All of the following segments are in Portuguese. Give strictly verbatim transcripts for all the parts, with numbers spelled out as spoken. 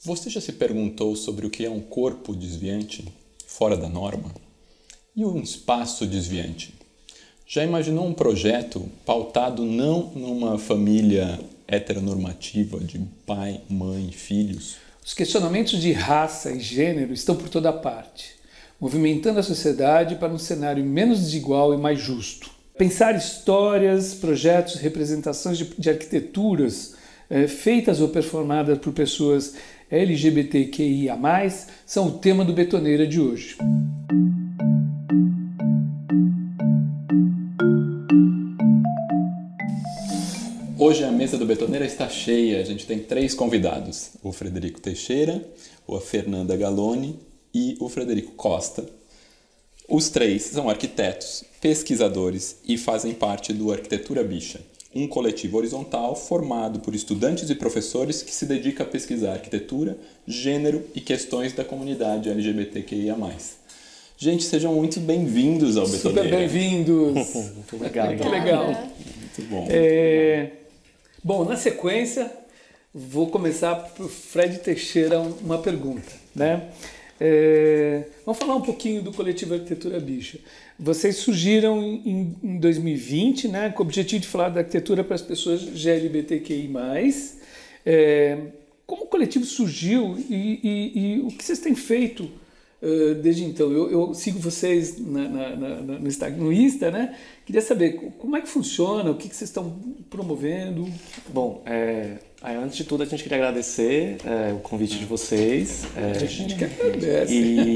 Você já se perguntou sobre o que é um corpo desviante, fora da norma? E um espaço desviante? Já imaginou um projeto pautado não numa família heteronormativa de pai, mãe, filhos? Os questionamentos de raça e gênero estão por toda parte, movimentando a sociedade para um cenário menos desigual e mais justo. Pensar histórias, projetos, representações de, de arquiteturas é, feitas ou performadas por pessoas L G B T Q I A mais, são o tema do Betoneira de hoje. Hoje a mesa do Betoneira está cheia, a gente tem três convidados, o Frederico Teixeira, a Fernanda Galoni e o Frederico Costa. Os três são arquitetos, pesquisadores e fazem parte do Arquitetura Bicha, um coletivo horizontal formado por estudantes e professores que se dedica a pesquisar arquitetura, gênero e questões da comunidade L G B T Q I A mais. Gente, sejam muito bem-vindos ao Betoneira. Super bem-vindos! Muito obrigado. Que legal! Muito bom. É... Bom, na sequência, vou começar para o Fred Teixeira uma pergunta, né? É... Vamos falar um pouquinho do coletivo Arquitetura Bicha. Vocês surgiram em, em dois mil e vinte, né, com o objetivo de falar da arquitetura para as pessoas L G B T Q I mais. É... Como o coletivo surgiu e, e, e o que vocês têm feito Uh, desde então? Eu, eu sigo vocês na, na, na, no, Insta, no Insta, né? Queria saber como é que funciona, o que, que vocês estão promovendo. Bom, é, antes de tudo a gente queria agradecer é, o convite de vocês. É, a gente que agradece.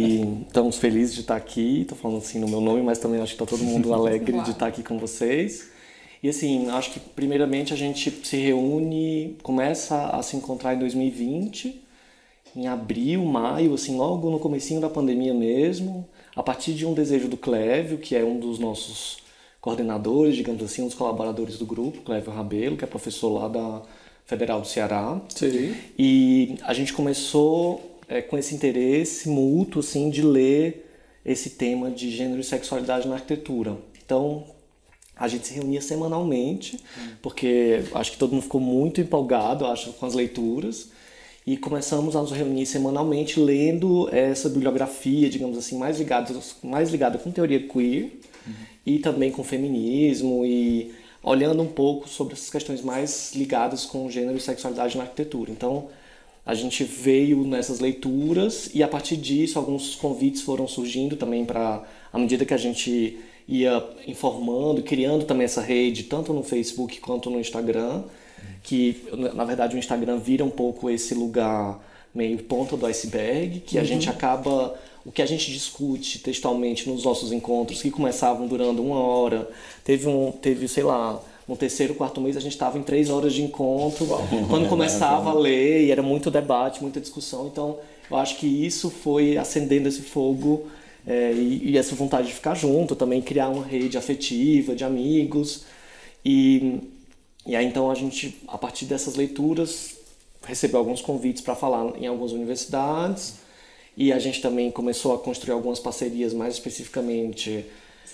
E estamos felizes de estar aqui, estou falando assim no meu nome, mas também acho que está todo mundo alegre de estar aqui com vocês. E assim, acho que primeiramente a gente se reúne, começa a se encontrar em dois mil e vinte, em abril, maio, assim, logo no comecinho da pandemia mesmo, a partir de um desejo do Clévio, que é um dos nossos coordenadores, digamos assim, um dos colaboradores do grupo, Clévio Rabelo, que é professor lá da Federal do Ceará. Sim. E a gente começou é, com esse interesse mútuo, assim, de ler esse tema de gênero e sexualidade na arquitetura. Então, a gente se reunia semanalmente, porque acho que todo mundo ficou muito empolgado, acho, com as leituras. E começamos a nos reunir semanalmente lendo essa bibliografia, digamos assim, mais ligada, mais ligada com teoria queer, uhum, e também com feminismo e olhando um pouco sobre essas questões mais ligadas com gênero e sexualidade na arquitetura. Então, a gente veio nessas leituras e a partir disso alguns convites foram surgindo também para, à medida que a gente ia informando, criando também essa rede, tanto no Facebook quanto no Instagram, que na verdade o Instagram vira um pouco esse lugar meio ponta do iceberg, que a uhum. gente acaba, o que a gente discute textualmente nos nossos encontros, que começavam durando uma hora, teve, um, teve sei lá, no terceiro, quarto mês a gente estava em três horas de encontro, quando começava a ler, e era muito debate, muita discussão, então eu acho que isso foi acendendo esse fogo é, e, e essa vontade de ficar junto, também criar uma rede afetiva, de amigos, e... E aí então a gente, a partir dessas leituras, recebeu alguns convites para falar em algumas universidades e a gente também começou a construir algumas parcerias mais especificamente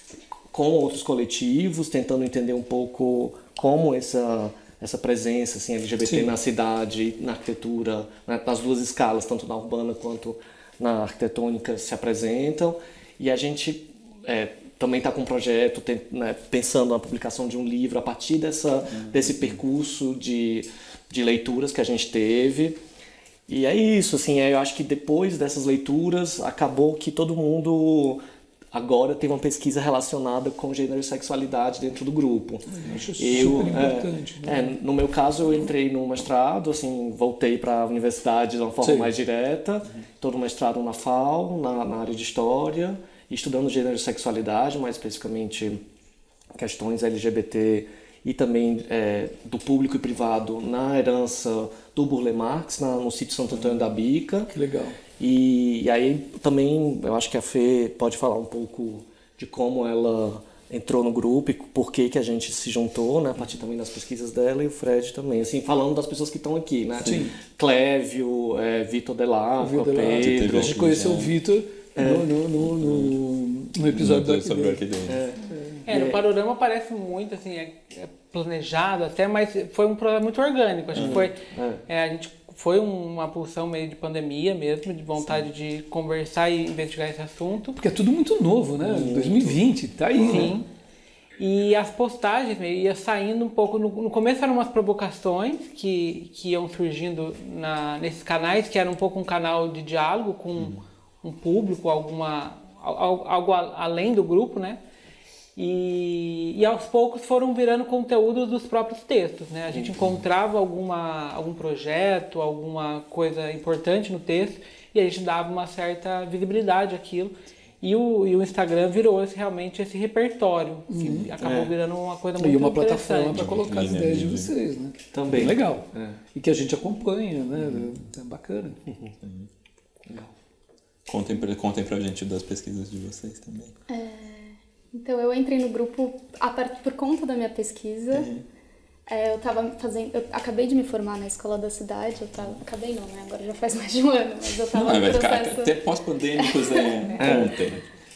com outros coletivos, tentando entender um pouco como essa, essa presença assim, L G B T Sim. na cidade, na arquitetura, nas duas escalas, tanto na urbana quanto na arquitetônica, se apresentam. E a gente... É, também está com um projeto, tem, né, pensando na publicação de um livro a partir dessa, uhum. desse percurso de, de leituras que a gente teve. E é isso, assim, eu acho que depois dessas leituras acabou que todo mundo agora tem uma pesquisa relacionada com gênero e sexualidade dentro do grupo. Eu acho eu, super importante. É, né? é, no meu caso, eu entrei no mestrado, assim, voltei para a universidade de uma forma Sim. mais direta, todo o mestrado na F A U, na, na área de História, estudando gênero e sexualidade, mais especificamente questões L G B T e também é, do público e privado na herança do Burle Marx, na, no sítio Santo Antônio da Bica. Que legal. E, e aí também eu acho que a Fê pode falar um pouco de como ela entrou no grupo e por que que a gente se juntou, né, a partir também das pesquisas dela, e o Fred também, assim, falando das pessoas que estão aqui, né? Sim. Clévio, é, Vitor Delacqua, Pedro. A gente conheceu é. o Vitor é. no, no, no, no, no episódio no sobre o Arquidente. É. É, no panorama parece muito, assim, é, é planejado até, mas foi um projeto muito orgânico. Acho que foi, é, a gente foi uma pulsão meio de pandemia mesmo, de vontade Sim. de conversar e investigar esse assunto. Porque é tudo muito novo, né? Muito. dois mil e vinte, tá aí. Sim. Né? E as postagens meio ia saindo um pouco, no, no começo eram umas provocações que, que iam surgindo na, nesses canais, que era um pouco um canal de diálogo com hum. um público, alguma, algo, algo além do grupo, né? E, e aos poucos foram virando conteúdo dos próprios textos, né? A gente encontrava alguma, algum projeto, alguma coisa importante no texto e a gente dava uma certa visibilidade àquilo. E o, e o Instagram virou esse, realmente esse repertório, uhum. que acabou é. virando uma coisa muito interessante. E uma interessante. plataforma para colocar as ideias de vocês, né? Também. Legal. É. E que a gente acompanha, né? Uhum. É bacana. Uhum. Legal. Contem pra, contem pra gente das pesquisas de vocês também. É... Então, eu entrei no grupo a part... por conta da minha pesquisa. Uhum. É, eu tava fazendo... Eu acabei de me formar na escola da cidade. Eu tava... Acabei não, né? Agora já faz mais de um ano, mas eu tava não, no processo... Até pós-pandêmicos é... Contem.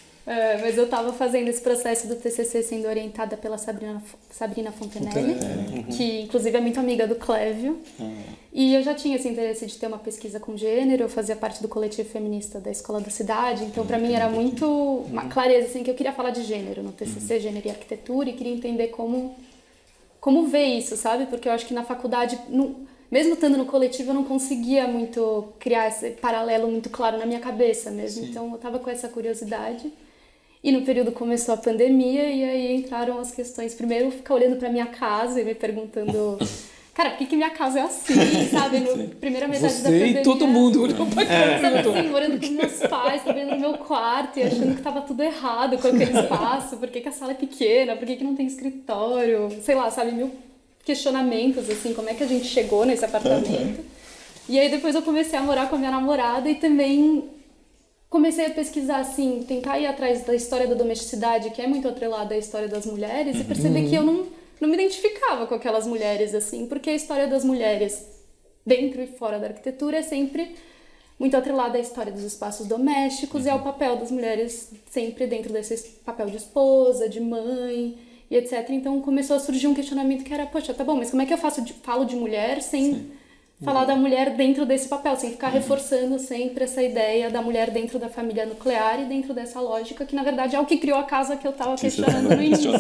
É, mas eu tava fazendo esse processo do T C C sendo orientada pela Sabrina, Sabrina Fontenelle, uhum. que inclusive é muito amiga do Clévio. Uhum. E eu já tinha esse interesse de ter uma pesquisa com gênero, eu fazia parte do coletivo feminista da Escola da Cidade, então para mim era muito uma clareza assim, que eu queria falar de gênero no T C C, uhum. gênero e arquitetura, e queria entender como, como ver isso, sabe? Porque eu acho que na faculdade... Não, mesmo estando no coletivo, eu não conseguia muito criar esse paralelo muito claro na minha cabeça mesmo. Sim. Então eu tava com essa curiosidade. E no período começou a pandemia e aí entraram as questões. Primeiro, ficar olhando pra minha casa e me perguntando... Cara, por que, que minha casa é assim, sabe? Na primeira metade Você da pandemia... e todo mundo olhou pra casa. É. Assim, morando com meus pais, trabalhando no meu quarto e achando que tava tudo errado com aquele espaço. Por que, que a sala é pequena? Por que, que não tem escritório? Sei lá, sabe? Mil questionamentos, assim. Como é que a gente chegou nesse apartamento? Uhum. E aí depois eu comecei a morar com a minha namorada e também... Comecei a pesquisar, assim, tentar ir atrás da história da domesticidade, que é muito atrelada à história das mulheres, e perceber uhum. que eu não, não me identificava com aquelas mulheres, assim, porque a história das mulheres, dentro e fora da arquitetura, é sempre muito atrelada à história dos espaços domésticos uhum. e ao papel das mulheres sempre dentro desse papel de esposa, de mãe, e etcétera. Então começou a surgir um questionamento que era, poxa, tá bom, mas como é que eu faço de, falo de mulher sem... Sim. Falar da mulher dentro desse papel, sem ficar uhum. reforçando sempre essa ideia da mulher dentro da família nuclear e dentro dessa lógica, que na verdade é o que criou a casa que eu estava questionando no início.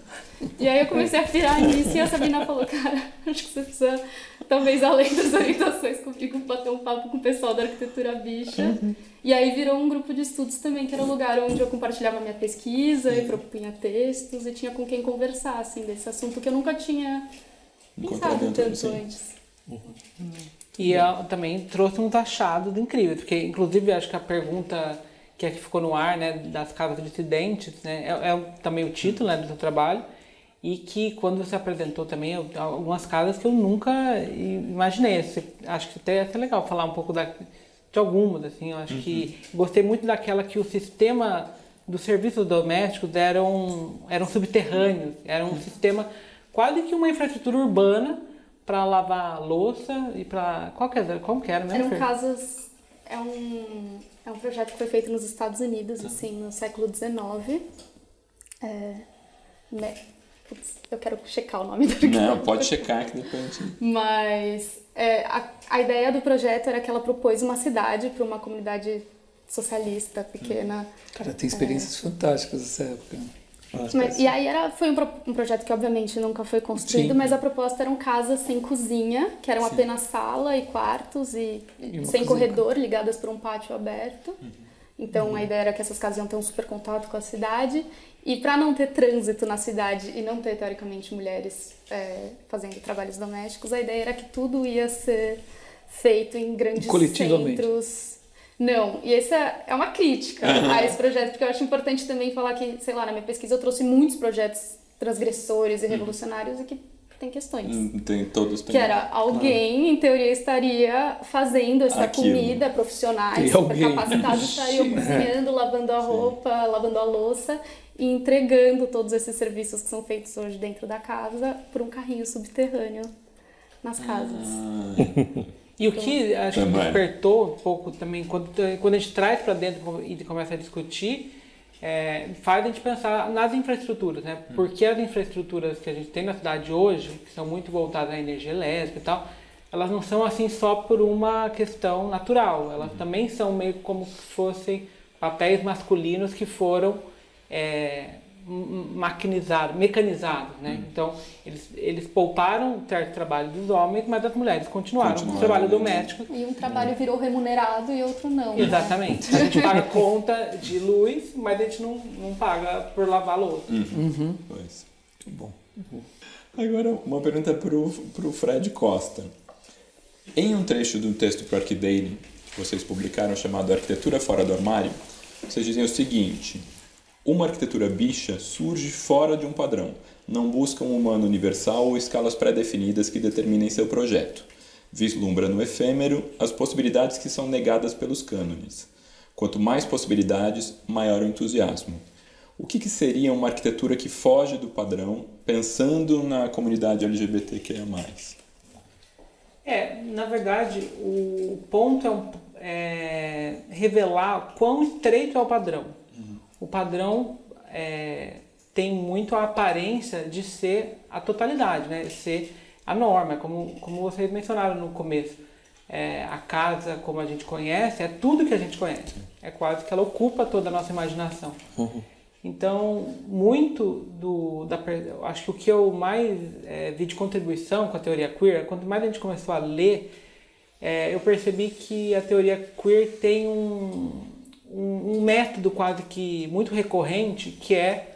E aí eu comecei a pirar nisso e a Sabrina falou, cara, acho que você precisa, talvez além das orientações comigo, bater um papo com o pessoal da Arquitetura Bicha. Uhum. E aí virou um grupo de estudos também, que era um lugar onde eu compartilhava minha pesquisa uhum. e propunha textos e tinha com quem conversar, assim, desse assunto que eu nunca tinha pensado tanto sim. antes. Uhum. E ela também trouxe uns achados incríveis, porque inclusive acho que a pergunta que aqui ficou no ar, né, das casas dissidentes, né, é, é também o título, né, do seu trabalho, e que quando você apresentou também algumas casas que eu nunca imaginei. Acho que até é legal falar um pouco da, de algumas, assim, eu acho uhum. que gostei muito daquela que o sistema dos serviços domésticos eram, eram subterrâneos, era um uhum. sistema quase que uma infraestrutura urbana para lavar louça e para... Qual que era? Como que era, né? Eram casas... É um, é um projeto que foi feito nos Estados Unidos, ah. assim, no século dezenove. É, né? Putz, eu quero checar o nome do arquiteto. Não, pode checar que depois a gente... Mas é, a, a ideia do projeto era que ela propôs uma cidade para uma comunidade socialista pequena. Cara, tem experiências é... fantásticas nessa época. Mas, e aí era, foi um, pro, um projeto que obviamente nunca foi construído, Sim. mas a proposta eram casas sem cozinha, que eram Sim. apenas sala e quartos e, e sem corredor, ligadas por um pátio aberto. Uhum. Então uhum. a ideia era que essas casas iam ter um super contato com a cidade. E para não ter trânsito na cidade e não ter, teoricamente, mulheres é, fazendo trabalhos domésticos, a ideia era que tudo ia ser feito em grandes centros. Não, e essa é uma crítica uhum. a esse projeto, porque eu acho importante também falar que, sei lá, na minha pesquisa eu trouxe muitos projetos transgressores e revolucionários uhum. e que tem questões. Tem, todos tem. Que era alguém, claro. em teoria, estaria fazendo essa Aquilo. comida, profissionais super capacitados estariam cozinhando, lavando a roupa, Sim. lavando a louça e entregando todos esses serviços que são feitos hoje dentro da casa por um carrinho subterrâneo nas casas. Ah. E o que acho que despertou um pouco também, quando, quando a gente traz para dentro e começa a discutir, é, faz a gente pensar nas infraestruturas, né? Porque as infraestruturas que a gente tem na cidade hoje, que são muito voltadas à energia elétrica e tal, elas não são assim só por uma questão natural, elas também são meio como se fossem papéis masculinos que foram é, maquinizados, mecanizados, né? Então, eles, eles pouparam certo trabalho dos homens, mas as mulheres continuaram, continuaram o trabalho doméstico. E um trabalho virou remunerado e outro não. Exatamente. Né? A gente paga conta de luz, mas a gente não, não paga por lavar louça. Uhum. Uhum. Pois. Muito bom. Uhum. Agora, uma pergunta para o Fred Costa. Em um trecho do texto para o Arquidaily que vocês publicaram chamado Arquitetura Fora do Armário, vocês dizem o seguinte: uma arquitetura bicha surge fora de um padrão, não busca um humano universal ou escalas pré-definidas que determinem seu projeto. Vislumbra no efêmero as possibilidades que são negadas pelos cânones. Quanto mais possibilidades, maior o entusiasmo. O que, que seria uma arquitetura que foge do padrão, pensando na comunidade L G B T Q I A mais? É, na verdade, o ponto é, um, é revelar quão estreito é o padrão. Uhum. O padrão é, tem muito a aparência de ser a totalidade, né? De ser a norma, como, como vocês mencionaram no começo. É, a casa, como a gente conhece, é tudo que a gente conhece. É quase que ela ocupa toda a nossa imaginação. Uhum. Então, muito do... Da, acho que o que eu mais é, vi de contribuição com a teoria queer, quanto mais a gente começou a ler, é, eu percebi que a teoria queer tem um, um, um método quase que muito recorrente, que é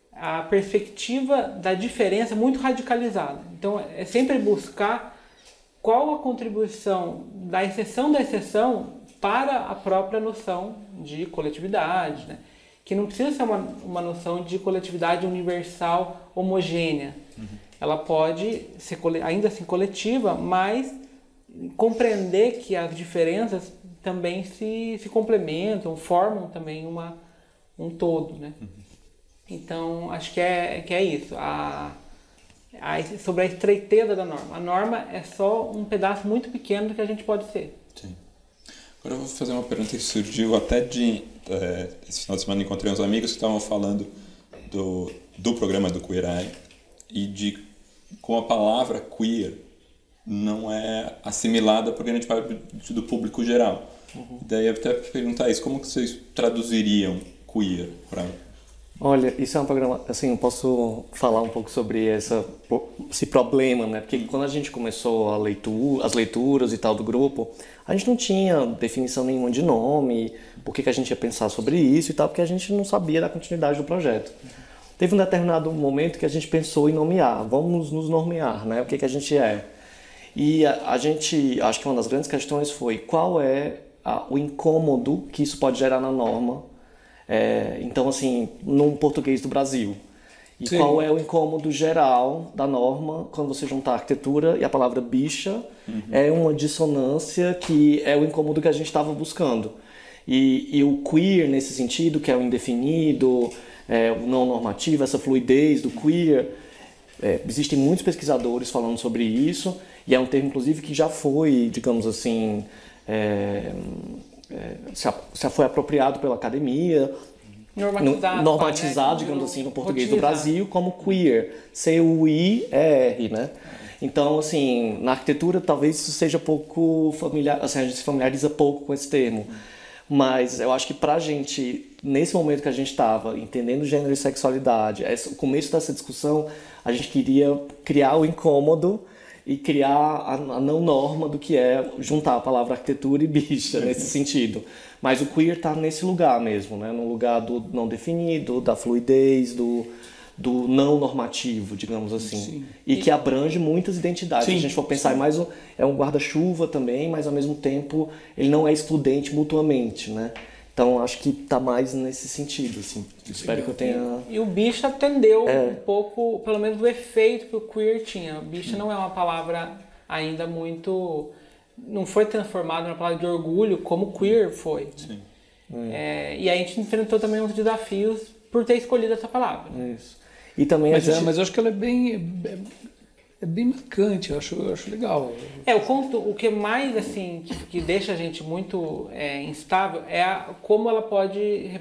a perspectiva da diferença muito radicalizada. Então, é sempre buscar qual a contribuição da exceção da exceção para a própria noção de coletividade, né? Que não precisa ser uma, uma noção de coletividade universal homogênea. Uhum. Ela pode ser ainda assim coletiva, mas compreender que as diferenças também se, se complementam, formam também uma, um todo, né? Uhum. Então, acho que é, que é isso. A, a, sobre a estreiteza da norma. A norma é só um pedaço muito pequeno do que a gente pode ser. Sim. Agora eu vou fazer uma pergunta que surgiu até de... É, esse final de semana encontrei uns amigos que estavam falando do, do programa do Queer Eye e de como a palavra queer não é assimilada por grande parte do público geral. Uhum. Daí eu até perguntar isso, como que vocês traduziriam queer para... Olha, isso é um programa, assim, eu posso falar um pouco sobre essa, esse problema, né? Porque quando a gente começou a leitura, as leituras e tal do grupo, a gente não tinha definição nenhuma de nome, por que, que a gente ia pensar sobre isso e tal, porque a gente não sabia da continuidade do projeto. Teve um determinado momento que a gente pensou em nomear, vamos nos nomear, né? O que, que a gente é. E a, a gente, acho que uma das grandes questões foi qual é a, o incômodo que isso pode gerar na norma. É, então, assim, num português do Brasil. E Sim. qual é o incômodo geral da norma quando você juntar a arquitetura e a palavra bicha? Uhum. É uma dissonância que é o incômodo que a gente estava buscando. E, e o queer, nesse sentido, que é o indefinido, é, o não normativo, essa fluidez do queer, é, existem muitos pesquisadores falando sobre isso, e é um termo, inclusive, que já foi, digamos assim... É, É, já foi apropriado pela academia, normatizado, normatizado né? digamos assim, no português do Brasil, como queer, C U I E R, né? Então, assim, na arquitetura talvez isso seja pouco familiar, assim, a gente se familiariza pouco com esse termo, mas eu acho que pra gente, nesse momento que a gente estava entendendo gênero e sexualidade, o começo dessa discussão, a gente queria criar o incômodo e criar a, a não norma do que é juntar a palavra arquitetura e bicha, nesse sentido. Mas o queer está nesse lugar mesmo, né? No lugar do não definido, da fluidez, do, do não normativo, digamos assim. Sim. E que abrange muitas identidades. Sim. Se a gente for pensar, é mais um, é um guarda-chuva também, mas ao mesmo tempo ele não é excludente mutuamente, né? Então, acho que está mais nesse sentido, assim. Espero que eu tenha... E, e o bicha atendeu é. um pouco, pelo menos, do efeito que o queer tinha. Bicha não é uma palavra ainda muito... Não foi transformada numa palavra de orgulho como queer foi. Sim. É, e aí a gente enfrentou também uns desafios por ter escolhido essa palavra. Isso. E também mas, a gente... é, mas eu acho que ela é bem... É, é bem marcante, eu acho, eu acho legal. É, o, ponto, o que mais, assim, que, que deixa a gente muito é, instável é a, como ela pode...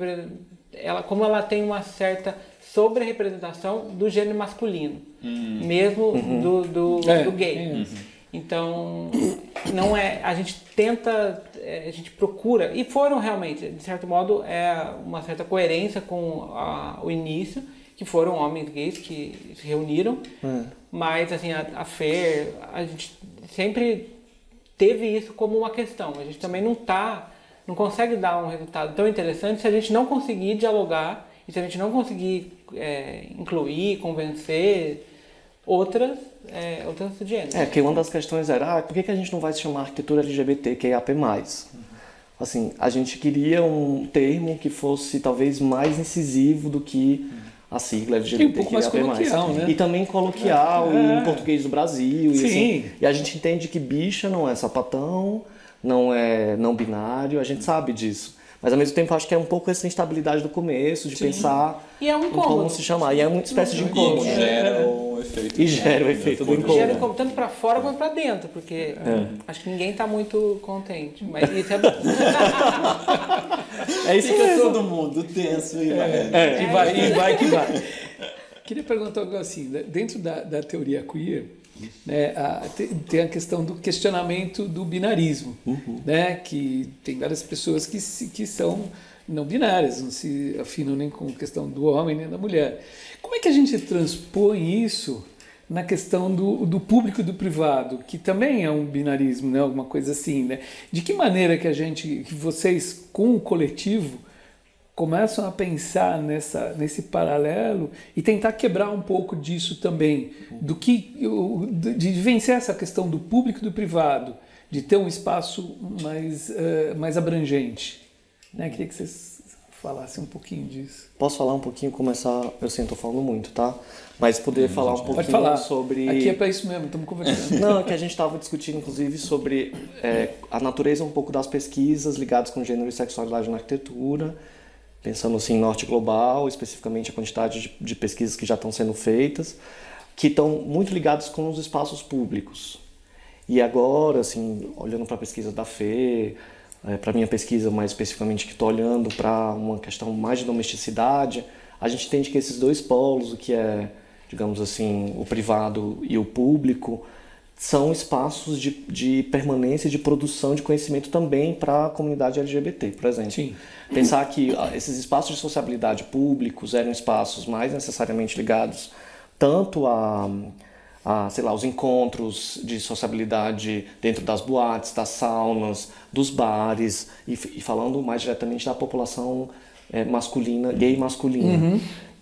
Ela, como ela tem uma certa sobre-representação do gênero masculino, hum. mesmo uhum. do, do, é, do gay. Uhum. Então, não é, a gente tenta, a gente procura, e foram realmente, de certo modo, é uma certa coerência com a, o início, que foram homens gays que se reuniram, é. mas assim, a, a Fer, a gente sempre teve isso como uma questão. A gente também não tá, não consegue dar um resultado tão interessante se a gente não conseguir dialogar e se a gente não conseguir é, incluir, convencer outras, é, outras gêneros. É, porque uma das questões era, ah, por que, que a gente não vai se chamar arquitetura L G B T Q I A P mais? Uhum. Assim, a gente queria um termo que fosse talvez mais incisivo do que a sigla L G B T Q I A P mais. Um pouco mais coloquial, né? E também coloquial é. em português do Brasil. Sim. E, assim, e a gente entende que bicha não é sapatão, não é não binário, a gente sabe disso. Mas ao mesmo tempo acho que é um pouco essa instabilidade do começo, de Sim. pensar e é um em como se chamar. E é uma espécie de incômodo. E gera o efeito. E gera o efeito do incômodo. Gera incômodo tanto para fora quanto para dentro, porque é. acho que ninguém está muito contente. Mas isso é bom. É isso Fica mesmo. todo mundo tenso e vai. É, é, e vai, e vai que vai. Queria perguntar algo assim, dentro da, da teoria queer, né, a, tem a questão do questionamento do binarismo, uhum. né, que tem várias pessoas que, se, que são não binárias, não se afinam nem com a questão do homem nem da mulher. Como é que a gente transpõe isso na questão do, do público e do privado, que também é um binarismo, né, alguma coisa assim, né? De que maneira que a gente, que vocês com o coletivo começam a pensar nessa, nesse paralelo e tentar quebrar um pouco disso também, do que, de vencer essa questão do público e do privado, de ter um espaço mais, uh, mais abrangente. Né? Queria que vocês falassem um pouquinho disso. Posso falar um pouquinho, começar, eu sei, estou falando muito, tá? Mas poder hum, falar um pouquinho pode falar. sobre... Aqui é para isso mesmo, estamos conversando. Não, é que a gente estava discutindo, inclusive, sobre é, a natureza um pouco das pesquisas ligadas com gênero e sexualidade na arquitetura, pensando assim em norte global, especificamente a quantidade de, de pesquisas que já estão sendo feitas, que estão muito ligadas com os espaços públicos. E agora, assim, olhando para a pesquisa da Fê, é, para a minha pesquisa mais especificamente, que estou olhando para uma questão mais de domesticidade, a gente entende que esses dois polos, o que é, digamos assim, o privado e o público, são espaços de, de permanência e de produção de conhecimento também para a comunidade L G B T, por exemplo. Sim. Pensar que esses espaços de sociabilidade públicos eram espaços mais necessariamente ligados tanto a, a sei lá, os encontros de sociabilidade dentro das boates, das saunas, dos bares, e, e falando mais diretamente da população é, masculina, gay masculina. Uhum.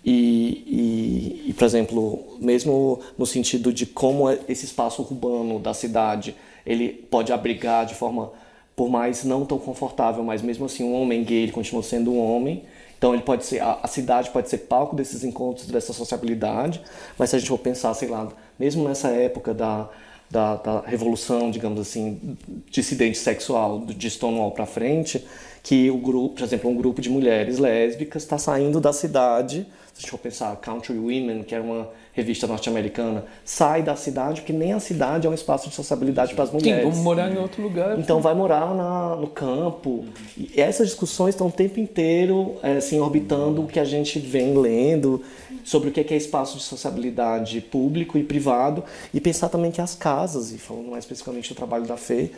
E, e, e, por exemplo, mesmo no sentido de como esse espaço urbano da cidade ele pode abrigar de forma, por mais não tão confortável, mas mesmo assim um homem gay ele continua sendo um homem. Então ele pode ser, a, a cidade pode ser palco desses encontros, dessa sociabilidade, mas se a gente for pensar, sei lá, mesmo nessa época da, da, da revolução, digamos assim, dissidente sexual, de Stonewall para frente, que o grupo, por exemplo, um grupo de mulheres lésbicas está saindo da cidade. Se a gente for pensar, Country Women, que era uma revista norte-americana, sai da cidade, porque nem a cidade é um espaço de sociabilidade para as mulheres. Sim, vamos morar em outro lugar. Então vai morar na, no campo. E essas discussões estão o tempo inteiro é, assim, orbitando o que a gente vem lendo sobre o que é espaço de sociabilidade público e privado, e pensar também que as casas, e falando mais especificamente do trabalho da Fê,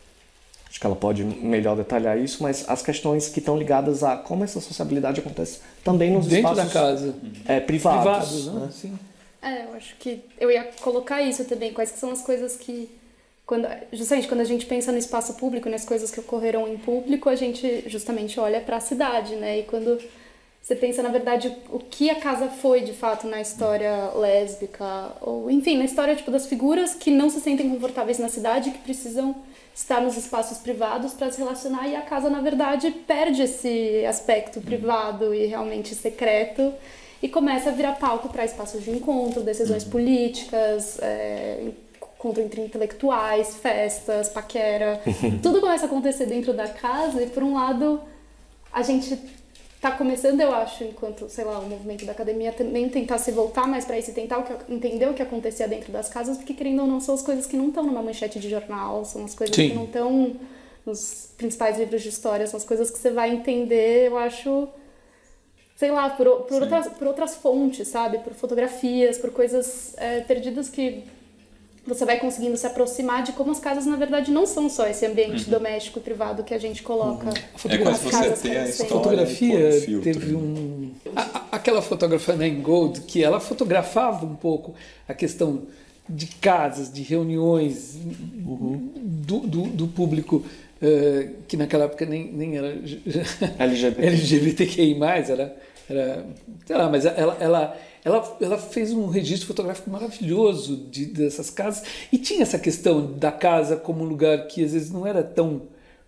acho que ela pode melhor detalhar isso, mas as questões que estão ligadas a como essa sociabilidade acontece também nos dentro espaços da casa. É, privados. Privados, né? né? Sim. É, eu acho que eu ia colocar isso também, quais que são as coisas que, quando, justamente quando a gente pensa no espaço público, nas coisas que ocorreram em público, a gente justamente olha para a cidade, né? E quando você pensa, na verdade, o que a casa foi, de fato, na história lésbica, ou enfim, na história tipo, das figuras que não se sentem confortáveis na cidade, que precisam estar nos espaços privados para se relacionar, e a casa, na verdade, perde esse aspecto privado e realmente secreto e começa a virar palco para espaços de encontro, decisões políticas, é, encontro entre intelectuais, festas, paquera. Tudo começa a acontecer dentro da casa e, por um lado, a gente está começando, eu acho, enquanto, sei lá, o movimento da academia também tentar se voltar mais para isso e tentar o que, entender o que acontecia dentro das casas, porque, querendo ou não, são as coisas que não estão numa manchete de jornal, são as coisas Sim. que não estão nos principais livros de história, são as coisas que você vai entender, eu acho, sei lá, por, por, outras, por outras fontes, sabe? Por fotografias, por coisas é, perdidas que você vai conseguindo se aproximar de como as casas, na verdade, não são só esse ambiente Uhum. doméstico e privado que a gente coloca. Uhum. É quase as você casas ter a parecendo. história. A fotografia e pôr um teve filtro. um... A- a- aquela fotógrafa Nan Gold, que ela fotografava um pouco a questão de casas, de reuniões do, do, do público, eh, que naquela época nem, nem era L G B T. L G B T Q I mais, era, era... Sei lá, mas ela... ela Ela, ela fez um registro fotográfico maravilhoso de, dessas casas e tinha essa questão da casa como um lugar que às vezes não era tão,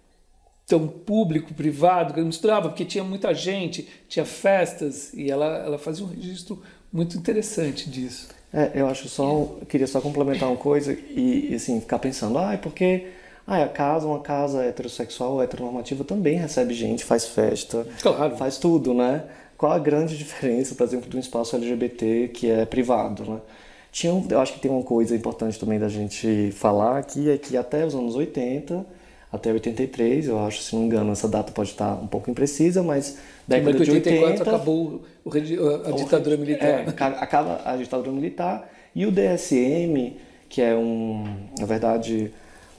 tão público, privado, que misturava, porque tinha muita gente, tinha festas e ela, ela fazia um registro muito interessante disso. É, eu acho só, eu queria só complementar uma coisa e assim, ficar pensando, ah, é porque ah, a casa, uma casa heterossexual, heteronormativa também recebe gente, faz festa, Claro. faz tudo, né? Qual a grande diferença, por exemplo, de um espaço L G B T que é privado, né? Tinha, um- eu acho que tem uma coisa importante também da gente falar aqui, é que até os anos oitenta, até oitenta e três, eu acho, se não me engano, essa data pode estar um pouco imprecisa, mas década Mas em de oitenta e quatro oitenta... acabou o regi- a, a ditadura militar. É, ca- acaba a ditadura militar e o D S M, que é um, na verdade,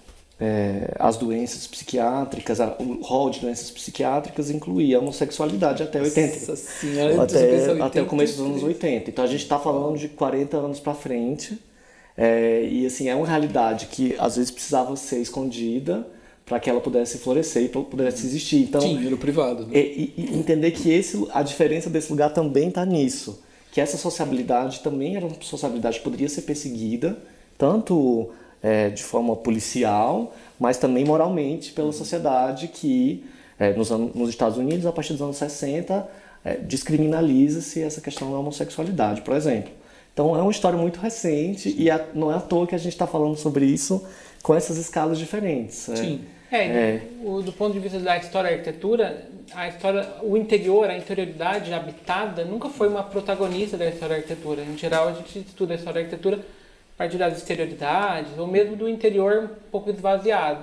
é, as doenças psiquiátricas, a- o rol de doenças psiquiátricas incluía a homossexualidade até oitenta. Nossa senhora, dos Até, anos até o começo dos anos oitenta e três. oitenta. Então a gente está falando de quarenta anos para frente. É, e assim, é uma realidade que às vezes precisava ser escondida para que ela pudesse florescer e pra- pudesse existir. Então, Dinheiro privado. Né? e, e- e entender que esse, a diferença desse lugar também está nisso. Que essa sociabilidade também era uma sociabilidade que poderia ser perseguida, tanto é, de forma policial, mas também moralmente pela sociedade que, é, nos, anos- nos Estados Unidos, a partir dos anos sessenta, é, descriminaliza-se essa questão da homossexualidade, por exemplo. Então é uma história muito recente e a- não é à toa que a gente está falando sobre isso com essas escalas diferentes. é. Sim. É, É. o- do ponto de vista da história da arquitetura, a história, o interior, a interioridade habitada nunca foi uma protagonista da história da arquitetura. Em geral, a gente estuda a história da arquitetura a partir das exterioridades, ou mesmo do interior um pouco esvaziado.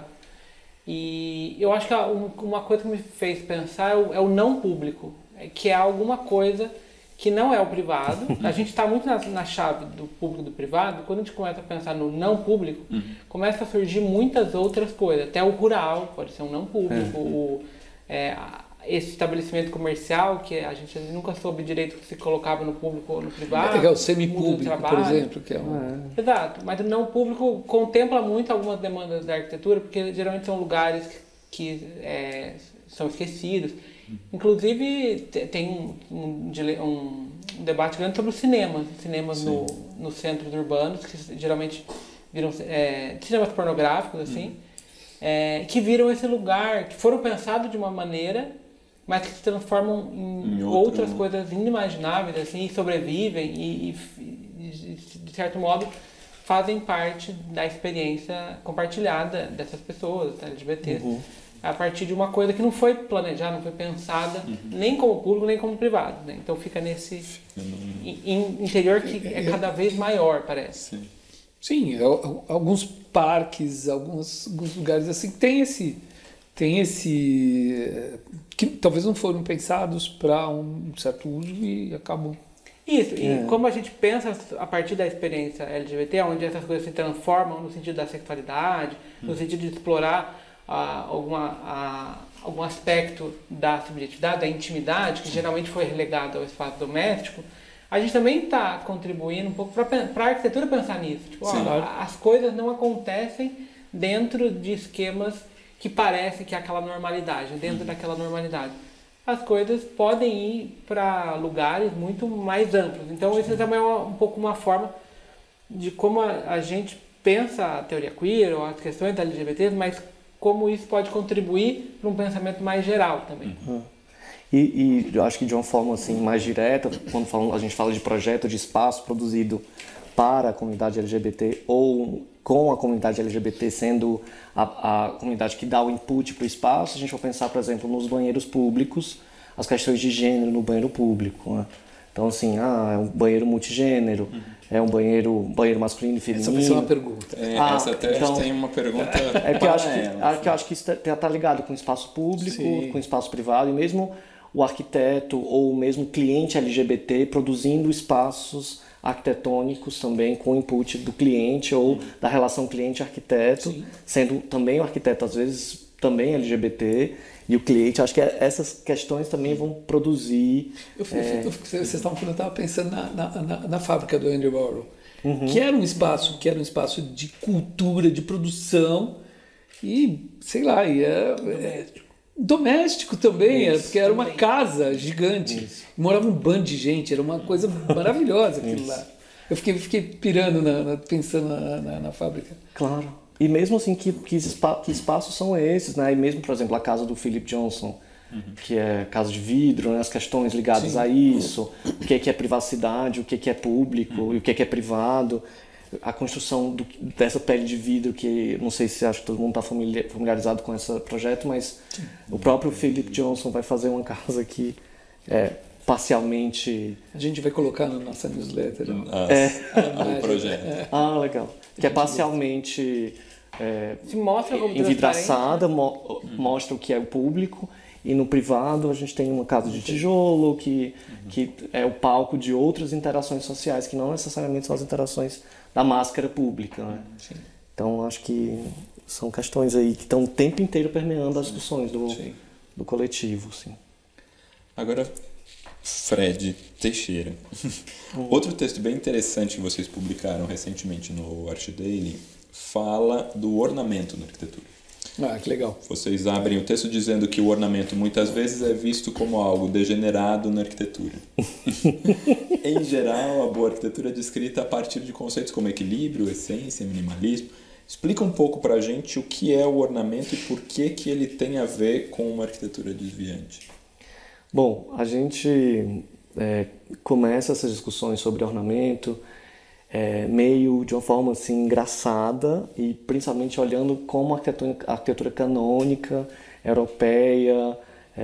E eu acho que a- um- uma coisa que me fez pensar é o, é o não público, é que é alguma coisa que não é o privado. A gente está muito na, na chave do público e do privado. Quando a gente começa a pensar no não público, começa a surgir muitas outras coisas. Até o rural pode ser um não público. O, é, a- esse estabelecimento comercial, que a gente nunca soube direito se colocava no público ou no privado. É o mundo do semipúblico, por trabalho. exemplo, que é um... Exato, mas o não público contempla muito algumas demandas da arquitetura, porque geralmente são lugares que, que, é, são esquecidos. Inclusive, te- tem um, um, dile- um- um debate grande sobre os cinemas, cinemas no, nos centros urbanos, que geralmente viram é, cinemas pornográficos, assim, é, que viram esse lugar, que foram pensados de uma maneira, mas que se transformam em, Em outro, outras né? coisas inimagináveis, assim, e sobrevivem e, e, e, de certo modo, fazem parte da experiência compartilhada dessas pessoas, L G B T, Uhum. a partir de uma coisa que não foi planejada, não foi pensada, nem como público, nem como privado. Né? Então fica nesse in- in- interior que é cada vez maior, parece. Sim. Sim, al- alguns parques, alguns, alguns lugares assim tem esse, tem esse eh, que talvez não foram pensados para um certo uso e acabam. Isso, e como a gente pensa a partir da experiência L G B T, onde essas coisas se transformam no sentido da sexualidade, no sentido de explorar ah, alguma, ah, algum aspecto da subjetividade, da intimidade, que geralmente foi relegado ao espaço doméstico, a gente também está contribuindo um pouco para a arquitetura pensar nisso. Tipo, ó, Sim. a- as coisas não acontecem dentro de esquemas que parecem que é aquela normalidade, dentro daquela normalidade. As coisas podem ir para lugares muito mais amplos. Então, isso também é uma- um pouco uma forma de como a, a gente pensa a teoria queer ou as questões da L G B T, mas como isso pode contribuir para um pensamento mais geral também. E, e eu acho que de uma forma assim mais direta, quando falam- a gente fala de projeto de espaço produzido para a comunidade L G B T ou com a comunidade L G B T sendo a, a comunidade que dá o input para o espaço, a gente vai pensar, por exemplo, nos banheiros públicos, as questões de gênero no banheiro público, né? Então, assim, ah, é um banheiro multigênero, é um banheiro, banheiro masculino e feminino. Essa vai ser uma pergunta. É, Ah, essa até então- tem uma pergunta. É porque eu acho que, paralela, acho que, eu acho que isso está ligado com espaço público, Sim. com espaço privado, e mesmo o arquiteto ou mesmo o cliente L G B T produzindo espaços arquitetônicos também com input do cliente ou da relação cliente-arquiteto, sendo também o arquiteto às vezes também L G B T e o cliente. Acho que essas questões também vão produzir... Eu, eu, é... eu, vocês estavam falando, eu estava pensando na, na, na, na fábrica do Andy Warhol, uhum. que era um espaço, que era um espaço de cultura, de produção e, sei lá, e é, é, doméstico também, é, porque era uma casa gigante. Isso. Morava um bando de gente, era uma coisa maravilhosa aquilo Isso. lá. Eu fiquei, fiquei pirando, na, na, pensando na, na, na fábrica. Claro. E mesmo assim, que, que, espa, que espaços são esses, né? E mesmo, por exemplo, a casa do Philip Johnson, uhum. que é casa de vidro, né? As questões ligadas Sim. a isso, o que é, que é privacidade, o que é, que é público uhum. e o que é, que é privado. A construção do, dessa pele de vidro, que não sei se acho que todo mundo está familiarizado com esse projeto, mas Sim. o próprio Philip Johnson vai fazer uma casa que é parcialmente... A gente vai colocar na nossa newsletter. Ah, é. O projeto. É. Ah, legal. Que é parcialmente é, Se mostra como envidraçada, mo mostra o que é o público, e no privado a gente tem uma casa de tijolo, que, uhum. que é o palco de outras interações sociais, que não necessariamente são as interações da máscara pública. Né? Sim. Então acho que são questões aí que estão o tempo inteiro permeando as discussões do, do coletivo. Sim. Agora, Fred Teixeira. Uhum. Outro texto bem interessante que vocês publicaram recentemente no Art Daily fala do ornamento na arquitetura. Ah, que legal. Vocês abrem o texto dizendo que o ornamento muitas vezes é visto como algo degenerado na arquitetura. Em geral, a boa arquitetura é descrita a partir de conceitos como equilíbrio, essência, minimalismo. Explica um pouco pra gente o que é o ornamento e por que, que ele tem a ver com uma arquitetura desviante. Bom, a gente é, começa essas discussões sobre ornamento é, meio de uma forma assim, engraçada e principalmente olhando como a arquitetura, a arquitetura canônica, europeia,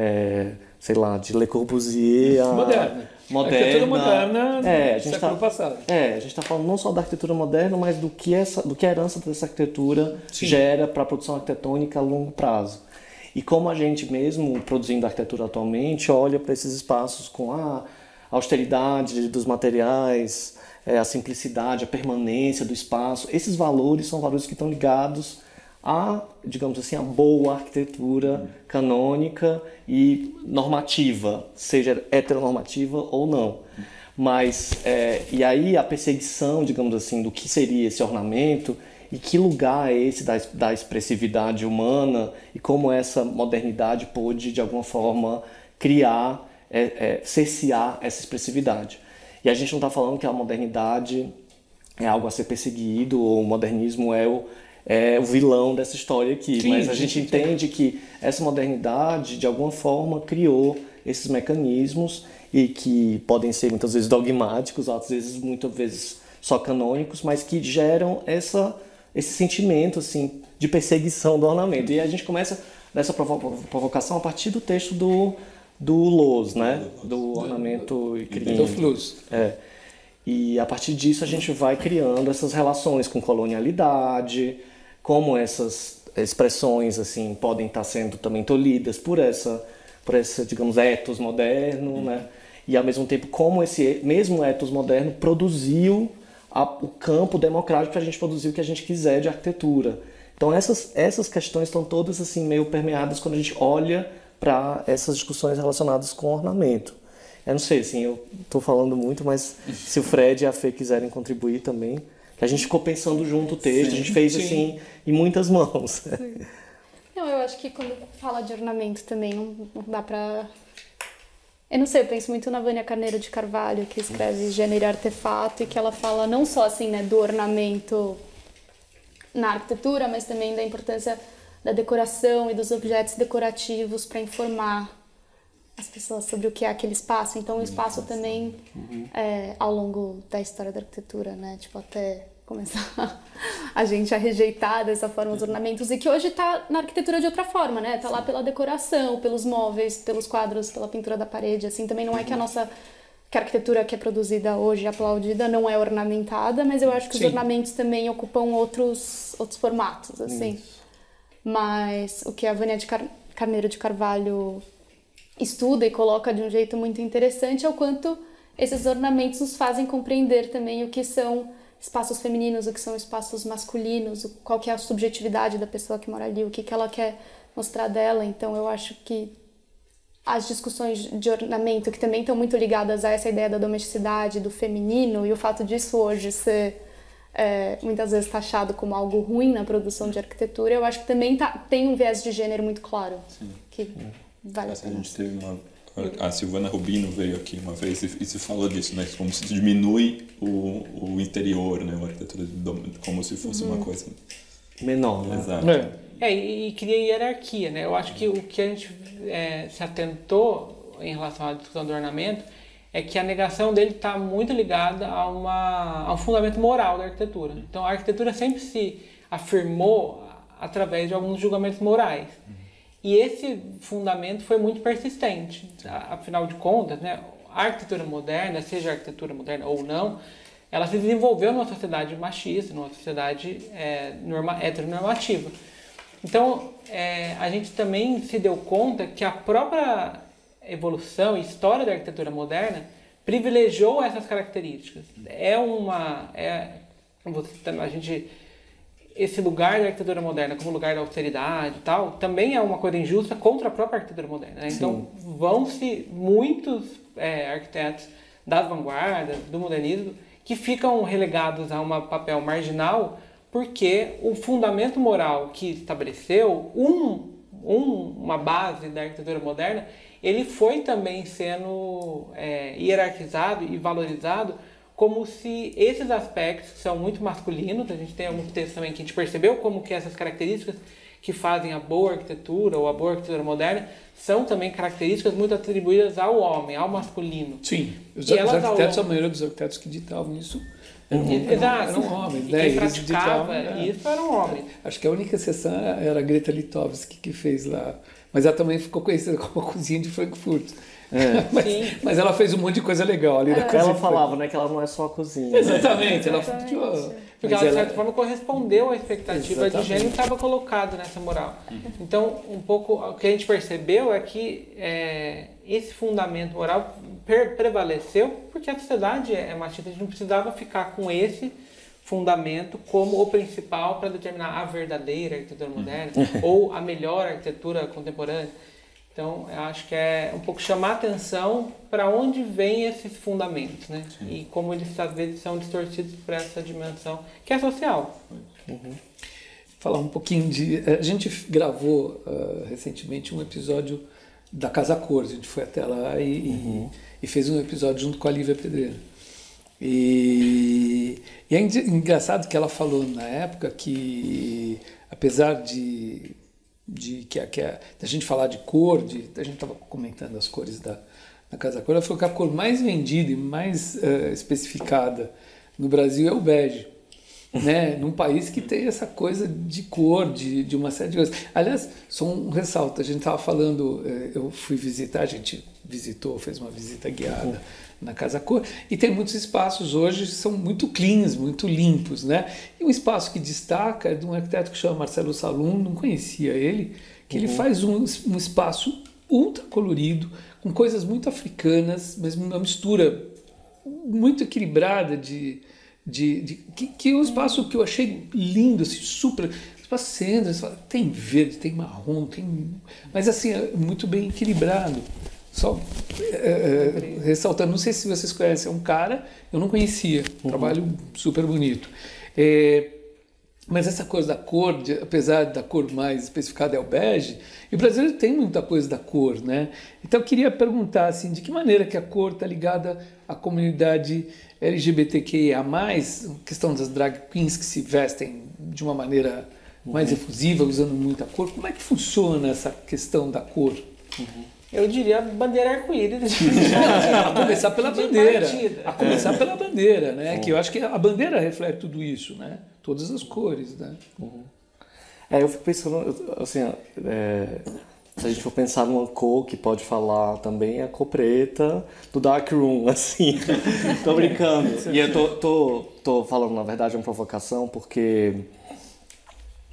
é, sei lá, de Le Corbusier... A, moderna. Moderna. A arquitetura moderna é, a do gente século tá, passado. É, a gente está falando não só da arquitetura moderna, mas do que, essa, do que a herança dessa arquitetura Sim. gera para a produção arquitetônica a longo prazo. E como a gente mesmo, produzindo arquitetura atualmente, olha para esses espaços com a austeridade dos materiais, a simplicidade, a permanência do espaço. Esses valores são valores que estão ligados a, digamos assim, a boa arquitetura canônica e normativa, seja heteronormativa ou não. Mas, é, e aí a perseguição, digamos assim, do que seria esse ornamento e que lugar é esse da, da expressividade humana e como essa modernidade pôde, de alguma forma, criar, é, é, cercear essa expressividade. E a gente não está falando que a modernidade é algo a ser perseguido ou o modernismo é o, é o vilão dessa história aqui. Sim, mas a gente sim, entende sim. que essa modernidade, de alguma forma, criou esses mecanismos e que podem ser muitas vezes dogmáticos, às vezes, muitas vezes só canônicos, mas que geram essa, esse sentimento assim, de perseguição do ornamento. E a gente começa nessa provocação a partir do texto do... do Loos, né? Do ornamento e crime. É. E a partir disso a gente vai criando essas relações com colonialidade, como essas expressões assim podem estar sendo também tolhidas por essa, por esse, digamos, ethos moderno, uhum. né? E ao mesmo tempo como esse mesmo ethos moderno produziu a, o campo democrático para a gente produzir o que a gente quiser de arquitetura. Então essas, essas questões estão todas assim meio permeadas quando a gente olha para essas discussões relacionadas com ornamento. Eu não sei, assim, eu estou falando muito, mas se o Fred e a Fê quiserem contribuir também, que a gente ficou pensando junto o texto, sim, a gente fez sim. assim em muitas mãos. Sim. Não, eu acho que quando fala de ornamento também não, não dá para... Eu não sei, eu penso muito na Vânia Carneiro de Carvalho, que escreve Gênero e Artefato, e que ela fala não só assim, né, do ornamento na arquitetura, mas também da importância da decoração e dos objetos decorativos para informar as pessoas sobre o que é aquele espaço. Então o espaço também, uhum. é, ao longo da história da arquitetura, né, tipo, até começar a gente a rejeitar dessa forma os ornamentos, e que hoje está na arquitetura de outra forma, né, tá lá pela decoração, pelos móveis, pelos quadros, pela pintura da parede, assim, também não é que a nossa que a arquitetura que é produzida hoje, aplaudida, não é ornamentada, mas eu acho que Sim. os ornamentos também ocupam outros, outros formatos, assim. Isso. Mas o que a Vânia de Car- Carneiro de Carvalho estuda e coloca de um jeito muito interessante é o quanto esses ornamentos nos fazem compreender também o que são espaços femininos, o que são espaços masculinos, qual que é a subjetividade da pessoa que mora ali, o que, que ela quer mostrar dela. Então eu acho que as discussões de ornamento, que também estão muito ligadas a essa ideia da domesticidade, do feminino, e o fato disso hoje ser é, muitas vezes taxado como algo ruim na produção de arquitetura, eu acho que também tá, tem um viés de gênero muito claro. Sim. Que vale a pena. A gente teve uma... A Silvana Rubino veio aqui uma vez e, e se falou disso, né? Como se diminui o, o interior, né? A arquitetura como se fosse uhum. uma coisa... menor, né? Exato. É. É, e, e cria hierarquia, né? Eu acho que o que a gente é, se atentou em relação à discussão do ornamento é que a negação dele está muito ligada a, uma, a um fundamento moral da arquitetura. Então, a arquitetura sempre se afirmou através de alguns julgamentos morais. E esse fundamento foi muito persistente. Afinal de contas, né, a arquitetura moderna, seja a arquitetura moderna ou não, ela se desenvolveu numa sociedade machista, numa sociedade é, norma, heteronormativa. Então, é, a gente também se deu conta que a própria evolução e história da arquitetura moderna privilegiou essas características. É uma... É, a gente... Esse lugar da arquitetura moderna como lugar da austeridade e tal, também é uma coisa injusta contra a própria arquitetura moderna. Né? Então, vão-se muitos é, arquitetos das vanguardas, do modernismo, que ficam relegados a um papel marginal porque o fundamento moral que estabeleceu um, um, uma base da arquitetura moderna, ele foi também sendo é, hierarquizado e valorizado como se esses aspectos que são muito masculinos, a gente tem alguns textos também que a gente percebeu como que essas características que fazem a boa arquitetura ou a boa arquitetura moderna são também características muito atribuídas ao homem, ao masculino. Sim, os, os arquitetos, ao... a maioria dos arquitetos que ditavam isso eram, Exato. eram, eram homens. E né? quem praticava ditavam, isso eram homens. Acho que a única exceção era a Greta Litovski que fez lá, mas ela também ficou conhecida como a cozinha de Frankfurt. É. mas, mas ela fez um monte de coisa legal ali é. na cozinha. Ela falava, né, que ela não é só a cozinha. Exatamente. Ela, Exatamente. Tipo, Porque ela, de certa ela... forma, correspondeu à expectativa Exatamente. de gênero que estava colocado nessa moral. Uhum. Então, um pouco, o que a gente percebeu é que é, esse fundamento moral per- prevaleceu porque a sociedade é machista. A gente não precisava ficar com esse fundamento como o principal para determinar a verdadeira arquitetura moderna uhum. ou a melhor arquitetura contemporânea. Então, eu acho que é um pouco chamar atenção para onde vêm esses fundamentos, né? Sim. E como eles, às vezes, são distorcidos para essa dimensão que é social. Uhum. Falar um pouquinho de... A gente gravou uh, recentemente um episódio da Casa Cor. A gente foi até lá e, uhum. e, e fez um episódio junto com a Lívia Pedreira. E, e é engraçado que ela falou na época que, apesar de... de que a, que a, a gente falar de cor, de, a gente estava comentando as cores da, da Casa Cor, ela falou que a cor mais vendida e mais uh, especificada no Brasil é o bege, né? Num país que tem essa coisa de cor, de, de uma série de coisas. Aliás, só um ressalto, a gente estava falando, eu fui visitar, a gente visitou, fez uma visita guiada na Casa Cor, e tem muitos espaços hoje que são muito cleans, muito limpos, né? E um espaço que destaca é de um arquiteto que chama Marcelo Salum, não conhecia ele, que uhum. ele faz um, um espaço ultra colorido, com coisas muito africanas, mas uma mistura muito equilibrada de... de, de que, que é um espaço que eu achei lindo, assim, super... Espaço centro, tem verde, tem marrom, tem... Mas assim, é muito bem equilibrado. Só é, é, ressaltando, não sei se vocês conhecem, é um cara, eu não conhecia, um trabalho super bonito. É, mas essa coisa da cor, de, apesar da cor mais especificada é o bege, e o brasileiro tem muita coisa da cor, né? Então eu queria perguntar, assim, de que maneira que a cor está ligada à comunidade L G B T Q I A mais, a questão das drag queens que se vestem de uma maneira mais uhum. efusiva, usando muita cor. Como é que funciona essa questão da cor? Uhum. Eu diria bandeira arco-íris. A começar pela bandeira. A começar é. pela bandeira, né? Uhum. Que eu acho que a bandeira reflete tudo isso, né? Todas as cores, né? Uhum. É, eu fico pensando, assim, é, se a gente for pensar numa cor que pode falar também, é a cor preta do Dark Room, assim. Tô brincando. E eu tô, tô, tô falando, na verdade, uma provocação, porque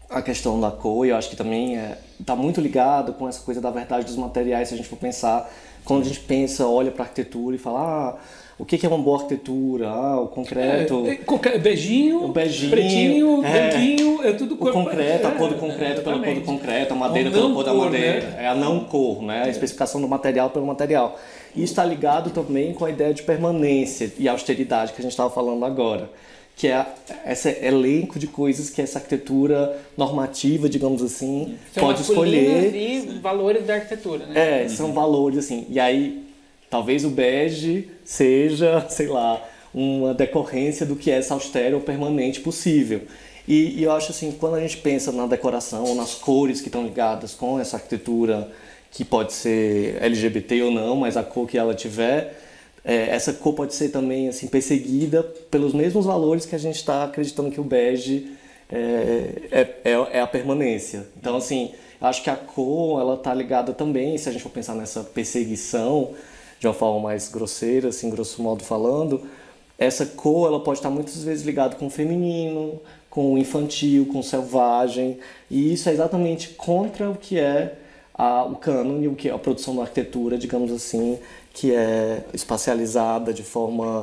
a questão da cor, eu acho que também está muito ligado com essa coisa da verdade dos materiais, se a gente for pensar, quando a gente pensa, olha para a arquitetura e fala, ah, o que é uma boa arquitetura? Ah, o concreto... É, é, beijinho, o beijinho, pretinho, é, branquinho, é tudo cor. O concreto, é, a cor do concreto pela cor do concreto, a madeira a pela cor da cor, madeira, né? é a não cor, né? A especificação do material pelo material. E está ligado também com a ideia de permanência e austeridade que a gente estava falando agora, que é esse elenco de coisas que essa arquitetura normativa, digamos assim, são pode escolher. E valores da arquitetura, né? É, são valores assim. E aí, talvez o bege seja, sei lá, uma decorrência do que é essa austera ou permanente possível. E, e eu acho assim, quando a gente pensa na decoração ou nas cores que estão ligadas com essa arquitetura, que pode ser L G B T ou não, mas a cor que ela tiver, é, essa cor pode ser também assim, perseguida pelos mesmos valores que a gente está acreditando que o bege é, é, é, é a permanência. Então, assim, eu acho que a cor ela está ligada também, se a gente for pensar nessa perseguição, de uma forma mais grosseira, assim, grosso modo falando, essa cor ela pode estar muitas vezes ligada com o feminino, com o infantil, com o selvagem, e isso é exatamente contra o que é a, o cânone, o que é a produção da arquitetura, digamos assim, que é espacializada de forma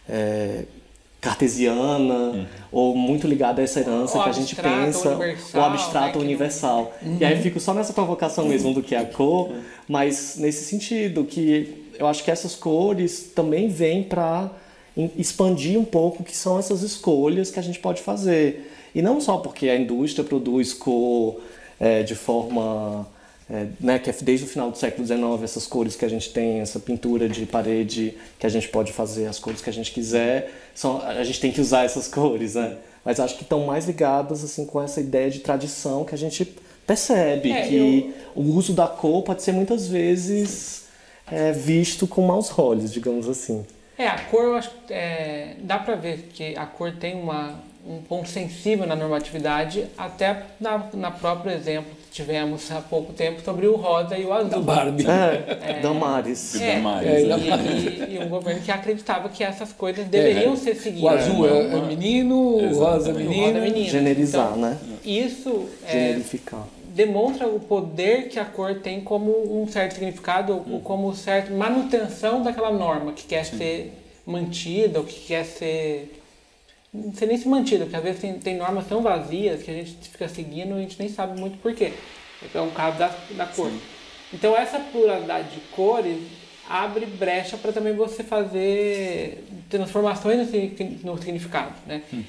é, cartesiana, uhum. ou muito ligada a essa herança o que a gente abstrato, pensa, universal, o abstrato né, universal. Uhum. E aí eu fico só nessa provocação mesmo do que é a cor, uhum. mas nesse sentido, que eu acho que essas cores também vêm para expandir um pouco o que são essas escolhas que a gente pode fazer. E não só porque a indústria produz cor é, de forma... É, né, que é desde o final do século dezenove, essas cores que a gente tem, essa pintura de parede que a gente pode fazer, as cores que a gente quiser, são, a gente tem que usar essas cores, né? Mas acho que estão mais ligadas assim, com essa ideia de tradição que a gente percebe, é, que eu... o uso da cor pode ser muitas vezes é, visto com maus olhos, digamos assim. É, a cor, eu acho que é, dá pra ver que a cor tem uma, um ponto sensível na normatividade, até na, na próprio exemplo que tivemos há pouco tempo sobre o rosa e o azul. Da Barbie. É, é, Damares. É, Damares. É, e, e, e um governo que acreditava que essas coisas deveriam é, ser seguidas. O azul é, é menino, o rosa é menino. Rosa é menino. Generizar, então, né? Isso é, Generificar. demonstra o poder que a cor tem como um certo significado, hum. ou como certa manutenção daquela norma que quer Sim. ser mantida, ou que quer ser... Não sei nem se mantida, porque às vezes tem, tem normas tão vazias que a gente fica seguindo e a gente nem sabe muito por quê. É um caso da, da cor. Sim. Então essa pluralidade de cores abre brecha para também você fazer transformações no, no significado, né? Hum.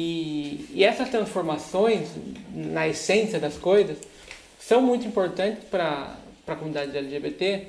E, e essas transformações na essência das coisas são muito importantes para a comunidade L G B T,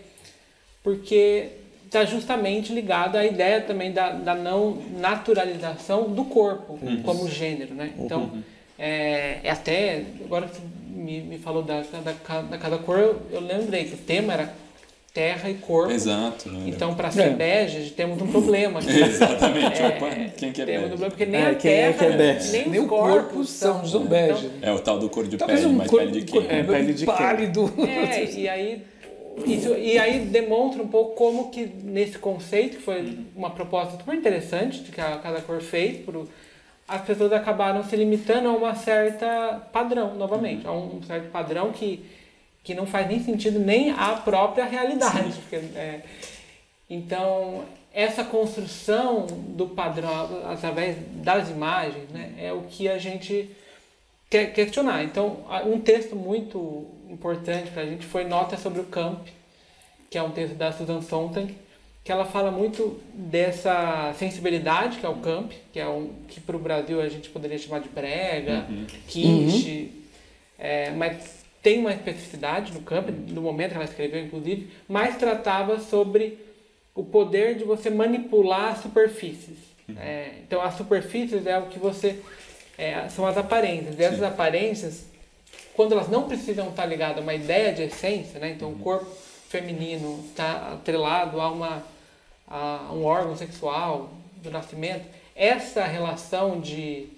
porque está justamente ligado à ideia também da, da não naturalização do corpo uhum. como gênero, né? Então, uhum. é, é até, agora que você me, me falou da, da, da cada cor, eu, eu lembrei que o tema era terra e corpo. Exato. Né? Então, para ser é. bege, temos um problema aqui. Exatamente. É, Opa, quem que é temos bege? um problema, porque nem é, a terra, é é nem, nem os corpos são, são bege. Então, é o tal do cor de talvez pele, um mas cor, pele de quem? É, pele de pálido. É, e aí... Isso, e aí demonstra um pouco como que nesse conceito, que foi uma proposta super interessante que a cada cor fez, pro, as pessoas acabaram se limitando a uma certa padrão, novamente, a um certo padrão que, que não faz nem sentido nem à própria realidade. Porque, é, então, essa construção do padrão através das imagens, né, é o que a gente quer questionar. Então, um texto muito importante para a gente foi Nota sobre o Camp, que é um texto da Susan Sontag, que ela fala muito dessa sensibilidade que é o camp, que é um que para o Brasil a gente poderia chamar de brega, uhum. kitsch, uhum. é, mas tem uma especificidade no camp, no momento que ela escreveu, inclusive, mas tratava sobre o poder de você manipular superfícies. Uhum. É, então, as superfícies é o que você... É, são as aparências. E essas Sim. aparências, quando elas não precisam estar ligadas a uma ideia de essência, né? Então, uhum. o corpo feminino está atrelado a, uma, a um órgão sexual do nascimento, essa relação de,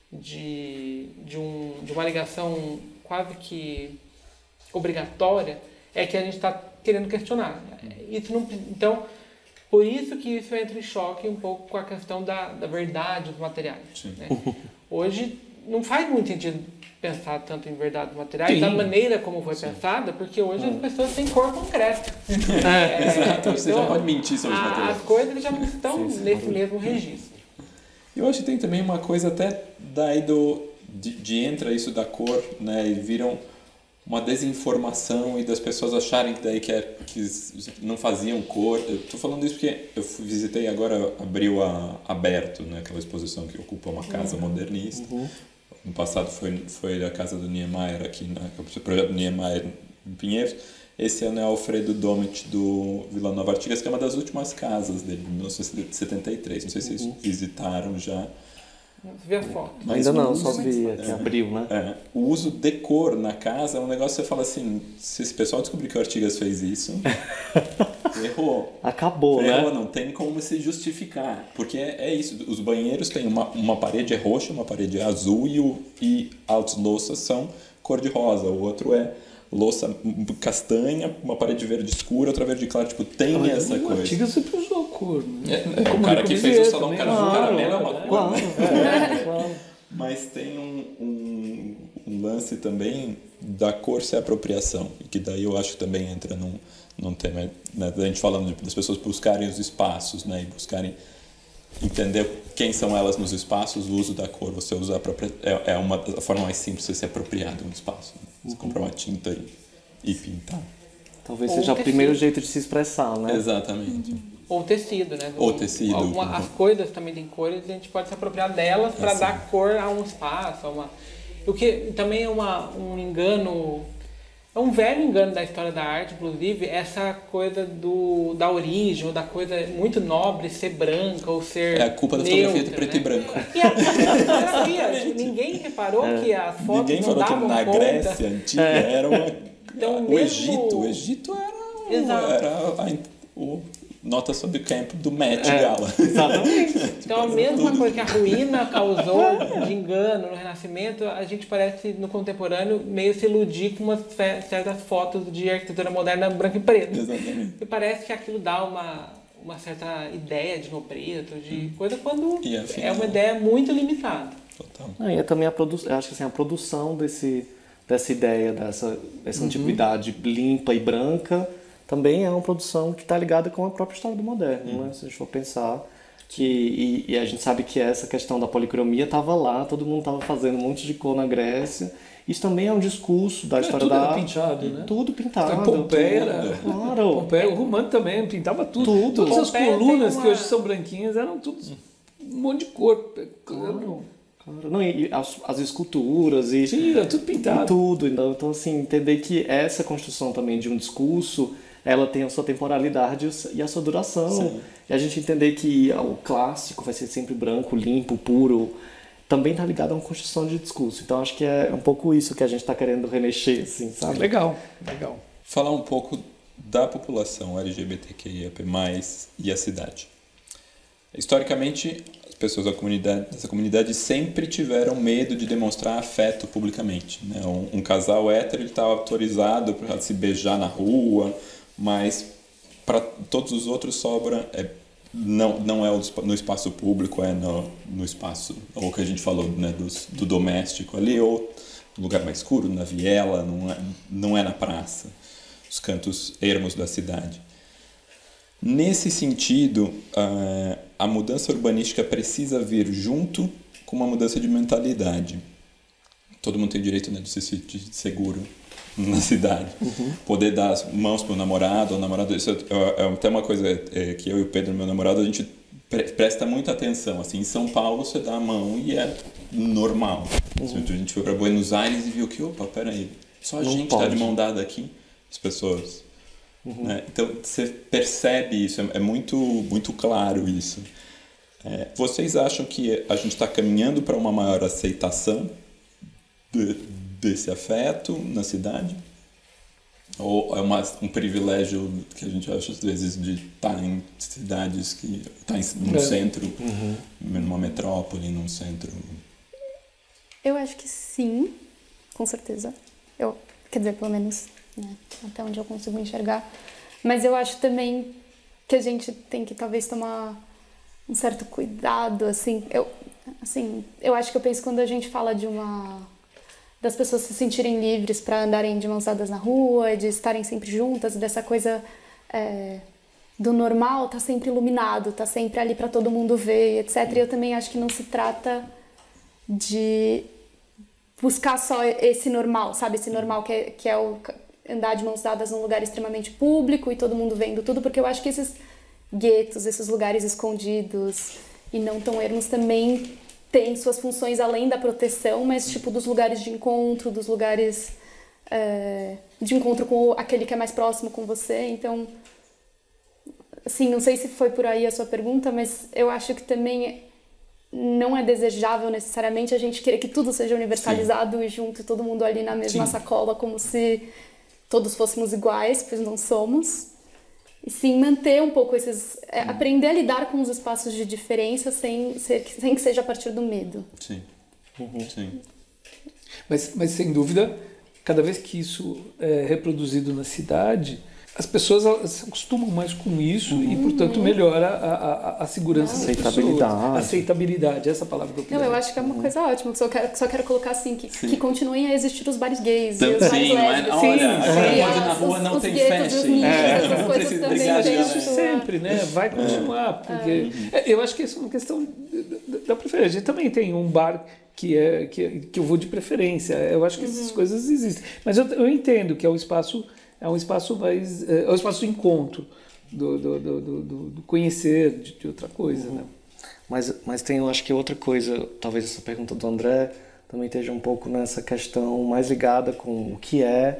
de, de, um, de uma ligação quase que obrigatória é que a gente está querendo questionar. Isso não, então, por isso que isso entra em choque um pouco com a questão da, da verdade dos materiais. Né? Hoje, não faz muito sentido pensar tanto em verdades materiais Sim. da maneira como foi pensada, porque hoje as pessoas têm cor concreta. É, Exato, você já então, pode mentir sobre os a- materiais. As coisas já não estão nesse mesmo registro. Eu acho que tem também uma coisa até daí do, de, de entra isso da cor, né, e viram uma desinformação e das pessoas acharem que daí que, é, que não faziam cor. Eu tô falando isso porque eu fui, visitei agora, abriu a Aberto, né, aquela exposição que ocupa uma casa modernista. Uhum. No passado foi, foi a casa do Niemeyer aqui, né, o projeto do Niemeyer em Pinheiros. Esse ano é o Alfredo Domet do Vila Nova Artigas, que é uma das últimas casas dele, de mil novecentos e setenta e três. Não sei se vocês visitaram já. Você vê a foto. Mas Ainda o não, uso- só vi é, que abriu, né? é, o uso de cor na casa é um negócio que você fala assim, se esse pessoal descobrir que o Artigas fez isso, errou. Acabou, Errou, né? não tem como se justificar. Porque é, é isso, os banheiros têm uma, uma parede é roxa, uma parede é azul e, o, e as louças são cor de rosa. O outro é louça castanha, uma parede verde escura, outra verde clara. Tipo, tem essa O coisa. Artigas sempre usou cor, né? É, é, o Como cara Le que fez o Corbusier salão também, Caramelo claro, Caramelo é uma cor, Claro, né? é, claro. Mas tem um, um, um lance também da cor ser apropriação, e que daí eu acho que também entra num, num tema, né, da gente falando de, das pessoas buscarem os espaços, né, e buscarem entender quem são elas nos espaços. O uso da cor, você usa a própria, é, é uma a forma mais simples de você se apropriar de um espaço, né? Você Uhum. comprar uma tinta e, e pintar. Talvez Ou seja o tecido. primeiro jeito de se expressar, né? Exatamente. Ou tecido, né? Ou tecido. Alguma- as coisas também têm cores e a gente pode se apropriar delas para Assim. dar cor a um espaço. A uma... O que também é uma, um engano, é um velho engano da história da arte, inclusive, essa coisa do, da origem, ou da coisa muito nobre ser branca ou ser É a culpa da neutra, fotografia de preto né? e branco. E a fotografia, tipo, ninguém reparou que as fotos Ninguém não falou que davam na conta. Grécia antiga era uma... Então, o mesmo- Egito, o Egito era, Exato. era a, o nota sobre camp do Met É. Gala. Exatamente. Então, a mesma coisa que a ruína causou de engano no Renascimento, a gente parece, no contemporâneo, meio se iludir com umas fe- certas fotos de arquitetura moderna branco e preto. Exatamente. E parece que aquilo dá uma, uma certa ideia de nobreza, de coisa, quando E, afinal- é uma ideia muito limitada. Total. Ah, e é também a produção, eu acho que assim, a produção desse, dessa ideia, dessa, dessa antiguidade limpa e branca, também é uma produção que está ligada com a própria história do moderno, né? Se a gente for pensar. Que, e, e a gente sabe que essa questão da policromia estava lá, todo mundo estava fazendo um monte de cor na Grécia. Isso também é um discurso da É, história tudo da era arte. pintado, né? Tudo pintado. Pompeia tudo. era- Claro. Pompeia, o Romano também pintava tudo. Tudo. Todas as Pompeia colunas tem que uma- hoje são branquinhas eram tudo um monte de cor. Claro. Não, e as, as esculturas e, Sim, era tudo e pintado. tudo. Então, então, assim, entender que essa construção também de um discurso, ela tem a sua temporalidade e a sua duração. Sim. E a gente entender que o clássico vai ser sempre branco, limpo, puro, também está ligado a uma construção de discurso. Então acho que é um pouco isso que a gente está querendo remexer, assim, sabe? Legal, legal. Falar um pouco da população L G B T Q I A P mais, e a cidade. Historicamente, as pessoas da comunidade, dessa comunidade sempre tiveram medo de demonstrar afeto publicamente, né? Um, um casal hétero estava autorizado para se beijar na rua, mas para todos os outros sobra... É, não, não é no espaço público, é no, no espaço, ou que a gente falou, né, do, do doméstico ali, ou no lugar mais escuro, na viela, não é, não é na praça, os cantos ermos da cidade. Nesse sentido, uh, a mudança urbanística precisa vir junto com uma mudança de mentalidade. Todo mundo tem direito, né, de se sentir seguro na cidade. Uhum. Poder dar as mãos para o namorado ou namorado. Isso é, é até uma coisa é, que eu e o Pedro, meu namorado, a gente pre presta muita atenção. Assim, em São Paulo, você dá a mão e é normal. Uhum. Assim, a gente foi para Buenos Aires e viu que, opa, peraí, só a Não gente está de mão dada aqui, as pessoas. Uhum. Né? Então, você percebe isso, é, é muito, muito claro isso. É, vocês acham que a gente está caminhando para uma maior aceitação de, desse afeto na cidade? Ou é uma, um privilégio que a gente acha às vezes de estar em cidades que está num é. centro, uhum. numa metrópole, num centro? Eu acho que sim, com certeza. Eu, quer dizer, pelo menos, né, até onde eu consigo enxergar. Mas eu acho também que a gente tem que talvez tomar um certo cuidado, assim. Eu, Assim, eu acho que eu penso quando a gente fala de uma... das pessoas se sentirem livres para andarem de mãos dadas na rua, de estarem sempre juntas, dessa coisa é, do normal, tá sempre iluminado, tá sempre ali para todo mundo ver, etcétera. E eu também acho que não se trata de buscar só esse normal, sabe? Esse normal que é, que é o andar de mãos dadas num lugar extremamente público e todo mundo vendo tudo, porque eu acho que esses guetos, esses lugares escondidos e não tão ermos também têm suas funções além da proteção, mas tipo dos lugares de encontro, dos lugares é, de encontro com aquele que é mais próximo com você. Então, assim, não sei se foi por aí a sua pergunta, mas eu acho que também não é desejável necessariamente a gente querer que tudo seja universalizado. Sim. E junto, todo mundo ali na mesma Sim. sacola, como se todos fôssemos iguais, pois não somos. E sim, manter um pouco esses... É, aprender a lidar com os espaços de diferença sem, ser, sem que seja a partir do medo. Sim. Uhum. Sim. Mas, mas, sem dúvida, cada vez que isso é reproduzido na cidade, as pessoas se acostumam mais com isso uhum. e, portanto, melhora a, a, a segurança das Aceitabilidade. pessoas. Aceitabilidade. Essa palavra que eu queria. Não, eu acho que é uma coisa ótima. Só quero, só quero colocar assim, que, que continuem a existir os bares gays Sim, e os bares não é? lésbicos. Olha, sim, sim. As, na rua não os, tem os guetos, festa. os nichos, É, essas não coisas precisa também. brigar, Isso sempre, né? Vai continuar. Porque é. Eu acho que isso é uma questão da preferência. Também tem um bar que, é, que, que eu vou de preferência. Eu acho que essas uhum. coisas existem. Mas eu, eu entendo que é um espaço... É um espaço mais... É um espaço do encontro, do, do, do, do, do conhecer de, de outra coisa, uhum. né? Mas, mas tem, eu acho que outra coisa, talvez essa pergunta do André também esteja um pouco nessa questão mais ligada com o que é,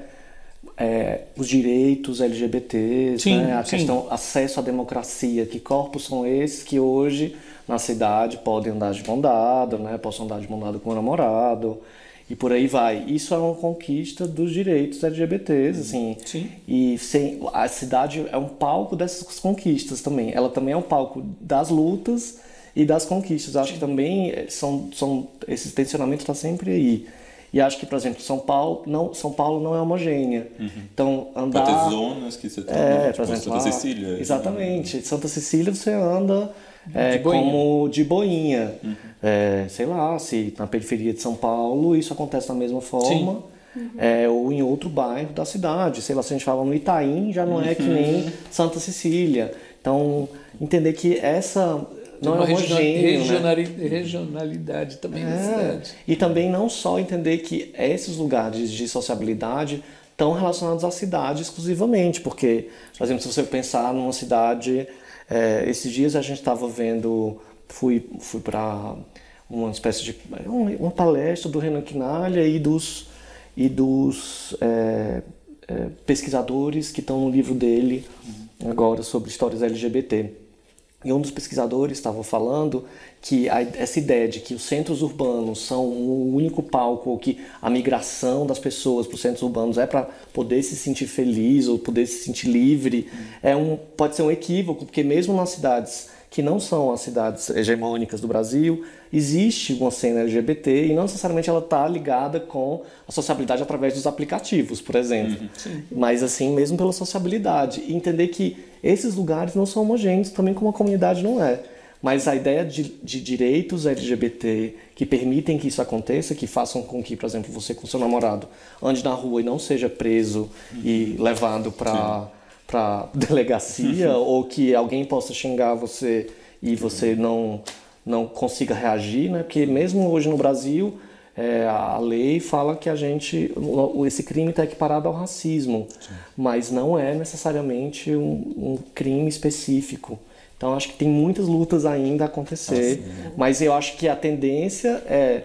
é os direitos L G B Ts, sim, né? A sim. questão acesso à democracia, que corpos são esses que hoje na cidade podem andar de mão dada, né? Possam andar de mão dada com o namorado... E por aí vai. Isso é uma conquista dos direitos L G B Ts, assim. Sim. E sem, a cidade é um palco dessas conquistas também. Ela também é um palco das lutas e das conquistas. Acho que também são, são, esse tensionamento está sempre aí. E acho que, por exemplo, São Paulo não, São Paulo não é homogênea. Uhum. Então, andar... Pode ter zonas que você tem, é, tipo, por exemplo, Santa lá, Cecília. Exatamente. Santa Cecília você anda... É, de como de boinha, uhum. é, sei lá, se na periferia de São Paulo isso acontece da mesma forma, uhum. é, ou em outro bairro da cidade, sei lá, se a gente fala no Itaim, já não é uhum. que nem Santa Cecília. Então, entender que essa não é homogêneo, regionalidade, né? regionalidade também é, na cidade. E também não só entender que esses lugares de sociabilidade estão relacionados à cidade exclusivamente, porque, por exemplo, se você pensar numa cidade... É, esses dias a gente estava vendo, fui, fui para uma espécie de uma palestra do Renan Quinalha e dos, e dos é, é, pesquisadores que estão no livro dele agora sobre histórias L G B T. E um dos pesquisadores estava falando que a, essa ideia de que os centros urbanos são o único palco, ou que a migração das pessoas para os centros urbanos é para poder se sentir feliz ou poder se sentir livre, hum. é um, pode ser um equívoco, porque mesmo nas cidades que não são as cidades hegemônicas do Brasil, existe uma cena L G B T e não necessariamente ela está ligada com a sociabilidade através dos aplicativos, por exemplo. Uhum, mas assim, mesmo pela sociabilidade. E entender que esses lugares não são homogêneos, também como a comunidade não é. Mas a ideia de, de direitos L G B T que permitem que isso aconteça, que façam com que, por exemplo, você com seu namorado ande na rua e não seja preso uhum. e levado para... para delegacia ou que alguém possa xingar você e você não, não consiga reagir, né? Porque mesmo hoje no Brasil, é, a lei fala que a gente, esse crime está equiparado ao racismo, Sim. mas não é necessariamente um, um crime específico. Então acho que tem muitas lutas ainda a acontecer, ah, mas eu acho que a tendência é,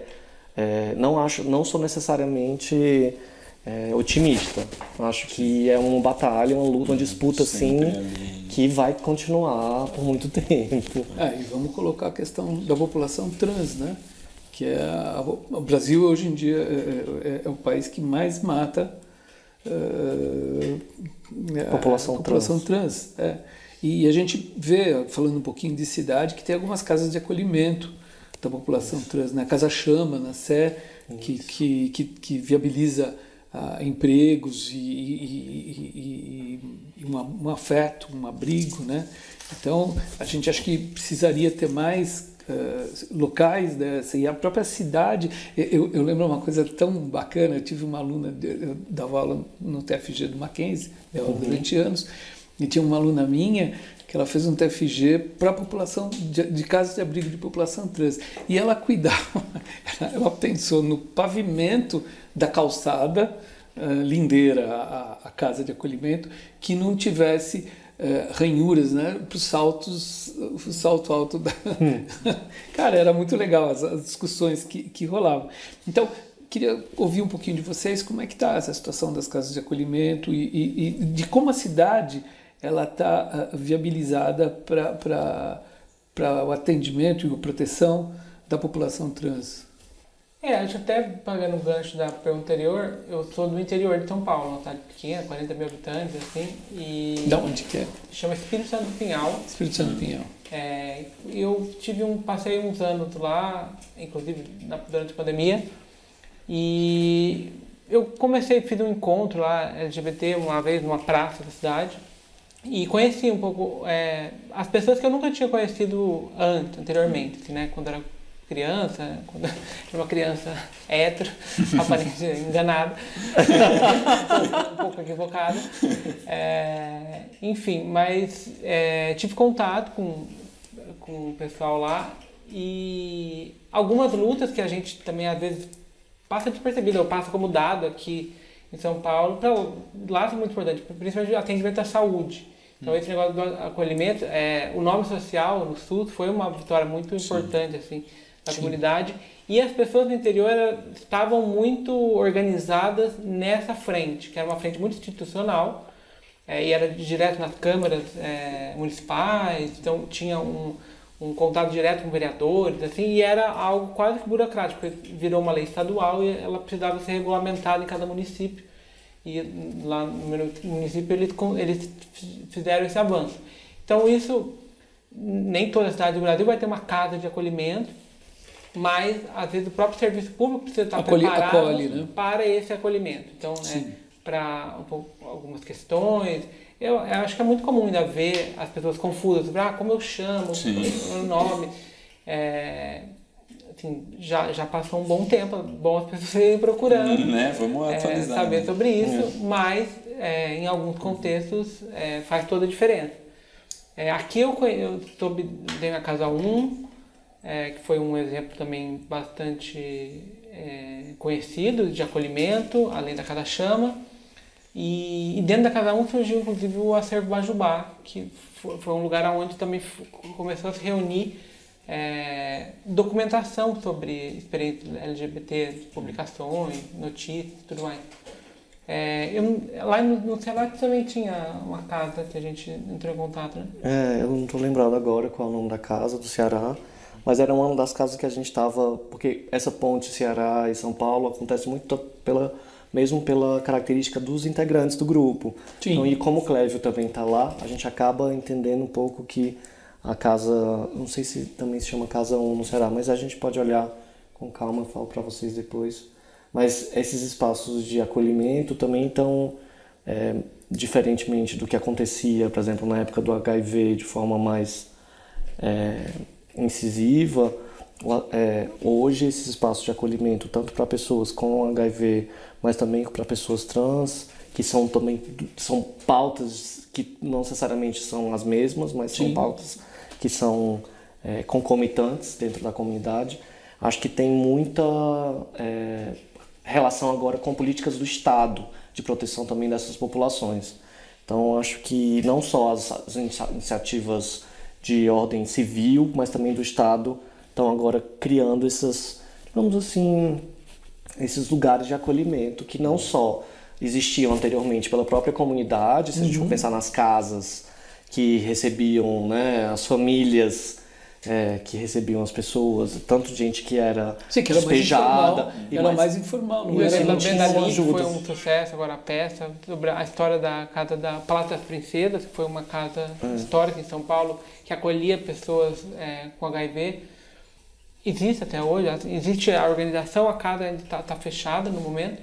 é não acho, não sou necessariamente É, otimista. Acho que é uma batalha, uma luta, uma disputa assim, que vai continuar por muito tempo. É, e vamos colocar a questão da população trans, né? Que é a, o Brasil hoje em dia é, é, é o país que mais mata é, população, a população trans. trans é. E a gente vê, falando um pouquinho de cidade, que tem algumas casas de acolhimento da população Isso. trans, né? A Casa Chama, na Sé, que, que, que, que viabiliza Uh, empregos e, e, e, e uma, um afeto, um abrigo, né? Então, a gente acha que precisaria ter mais uh, locais dessa, e a própria cidade. Eu, eu lembro uma coisa tão bacana, eu tive uma aluna, eu dava aula no T F G do Mackenzie, deu aula durante anos, e tinha uma aluna minha que ela fez um T F G para a população de, de casas de abrigo de população trans. E ela cuidava, ela pensou no pavimento da calçada, uh, lindeira, a, a casa de acolhimento, que não tivesse uh, ranhuras, né, para os saltos, o salto alto da... Hum. Cara, era muito legal as, as discussões que, que rolavam. Então, queria ouvir um pouquinho de vocês, como é que está essa situação das casas de acolhimento e, e, e de como a cidade ela está uh, viabilizada para o atendimento e a proteção da população trans. É, acho até pagando o gancho da pergunta anterior, eu sou do interior de São Paulo, uma cidade pequena, quarenta mil habitantes, assim, e... Da onde que é? Chama Espírito Santo do Pinhal. Espírito Santo do Pinhal. É, eu tive um, passei uns anos lá, inclusive na, durante a pandemia, e eu comecei, fiz um encontro lá, L G B T, uma vez numa praça da cidade, e conheci um pouco é, as pessoas que eu nunca tinha conhecido antes, anteriormente, assim, né? Quando era criança, quando era uma criança hétero, aparentemente enganada, um pouco equivocada. É, enfim, mas é, tive contato com, com o pessoal lá e algumas lutas que a gente também às vezes passa despercebido, ou passa como dado aqui em São Paulo, para lá é muito importante, principalmente o atendimento à saúde. Então, esse negócio do acolhimento, é, o nome social no SUS foi uma vitória muito importante assim, da Sim. comunidade. E as pessoas do interior estavam muito organizadas nessa frente, que era uma frente muito institucional, é, e era direto nas câmaras é, municipais, então tinha um, um contato direto com vereadores, assim, e era algo quase que burocrático, porque virou uma lei estadual e ela precisava ser regulamentada em cada município. E lá no meu município eles, eles fizeram esse avanço. Então isso, nem toda cidade do Brasil vai ter uma casa de acolhimento, mas às vezes o próprio serviço público precisa estar acolhe, preparado acolhe, né? para esse acolhimento. Então, é, para um algumas questões, eu, eu acho que é muito comum ainda ver as pessoas confusas, sobre ah, como eu chamo, o nome. É, Assim, já, já passou um bom tempo, bom as pessoas irem procurando né? Vamos atualizar, é, saber né? sobre isso, é. mas é, em alguns contextos é, faz toda a diferença. É, aqui eu, eu soube, dei na Casa um, é, que foi um exemplo também bastante é, conhecido de acolhimento, além da Casa Chama, e, e dentro da Casa um surgiu inclusive o Acervo Bajubá, que foi, foi um lugar onde também começou a se reunir É, documentação sobre experiência L G B T, publicações, notícias e tudo mais. É, eu, lá no, no Ceará também tinha uma casa que a gente entrou em contato, né? É, eu não estou lembrado agora qual é o nome da casa do Ceará, mas era uma das casas que a gente estava, porque essa ponte Ceará e São Paulo acontece muito pela, mesmo pela característica dos integrantes do grupo. Então, e como o Clévio também está lá, a gente acaba entendendo um pouco que a casa, não sei se também se chama Casa um no Ceará, mas a gente pode olhar com calma, eu falo para vocês depois. Mas esses espaços de acolhimento também estão, é, diferentemente do que acontecia, por exemplo, na época do H I V, de forma mais é, incisiva, é, hoje esses espaços de acolhimento, tanto para pessoas com H I V, mas também para pessoas trans, que são também são pautas que não necessariamente são as mesmas, mas Sim. são pautas que são é, concomitantes dentro da comunidade. Acho que tem muita é, relação agora com políticas do Estado de proteção também dessas populações. Então, acho que não só as, as iniciativas de ordem civil, mas também do Estado estão agora criando esses, digamos assim, esses lugares de acolhimento que não só existiam anteriormente pela própria comunidade, se a gente for pensar nas casas que recebiam, né, as famílias é, que recebiam as pessoas, tanto gente que era Sim, que era despejada. Mais era mais, mais informal. Não e era, era não tinha ali foi um sucesso, agora a peça, sobre a história da casa da Palácio das Princesas, que foi uma casa é. histórica em São Paulo, que acolhia pessoas é, com H I V. Existe até hoje, existe a organização, a casa ainda está tá fechada no momento,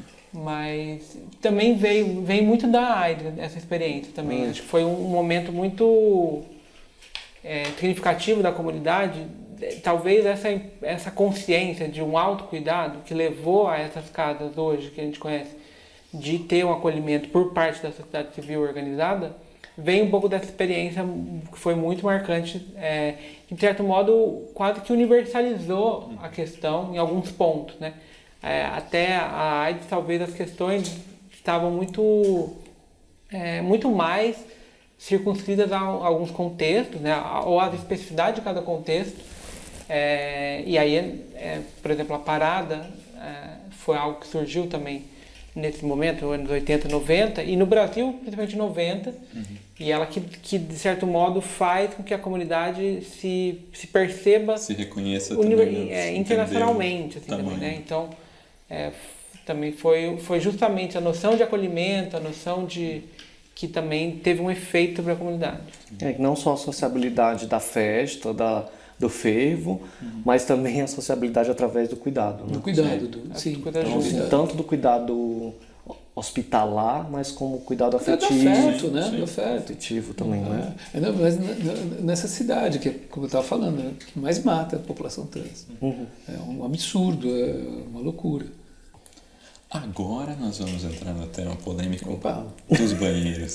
mas também veio, veio muito da AIDS, essa experiência também. Hum. Acho que foi um momento muito é, significativo da comunidade talvez essa, essa consciência de um autocuidado que levou a essas casas hoje que a gente conhece, de ter um acolhimento por parte da sociedade civil organizada, vem um pouco dessa experiência que foi muito marcante, é, que de certo modo quase que universalizou a questão em alguns pontos, né? É, até a AIDS, talvez as questões estavam muito, é, muito mais circunscritas a alguns contextos, né? Ou às especificidades de cada contexto. É, e aí, é, por exemplo, a parada é, foi algo que surgiu também nesse momento, nos anos oitenta, noventa, e no Brasil, principalmente noventa, uhum. E ela que, que, de certo modo, faz com que a comunidade se, se perceba... Se reconheça univer, também, é, internacionalmente. Assim, também, né? Então, é, também foi, foi justamente a noção de acolhimento, a noção de... que também teve um efeito sobre a comunidade. É, não só a sociabilidade da festa, da... do fervo, uhum. mas também a sociabilidade através do cuidado. Né? Do cuidado, do, sim. Então, assim, tanto do cuidado hospitalar, mas como cuidado afetivo. Do afeto, né? Do afeto. Afetivo também, é. né? É, mas nessa cidade, que como eu estava falando, né? Que mais mata a população trans. Uhum. É um absurdo, é uma loucura. Agora nós vamos entrar no tema polêmico Opa. dos banheiros.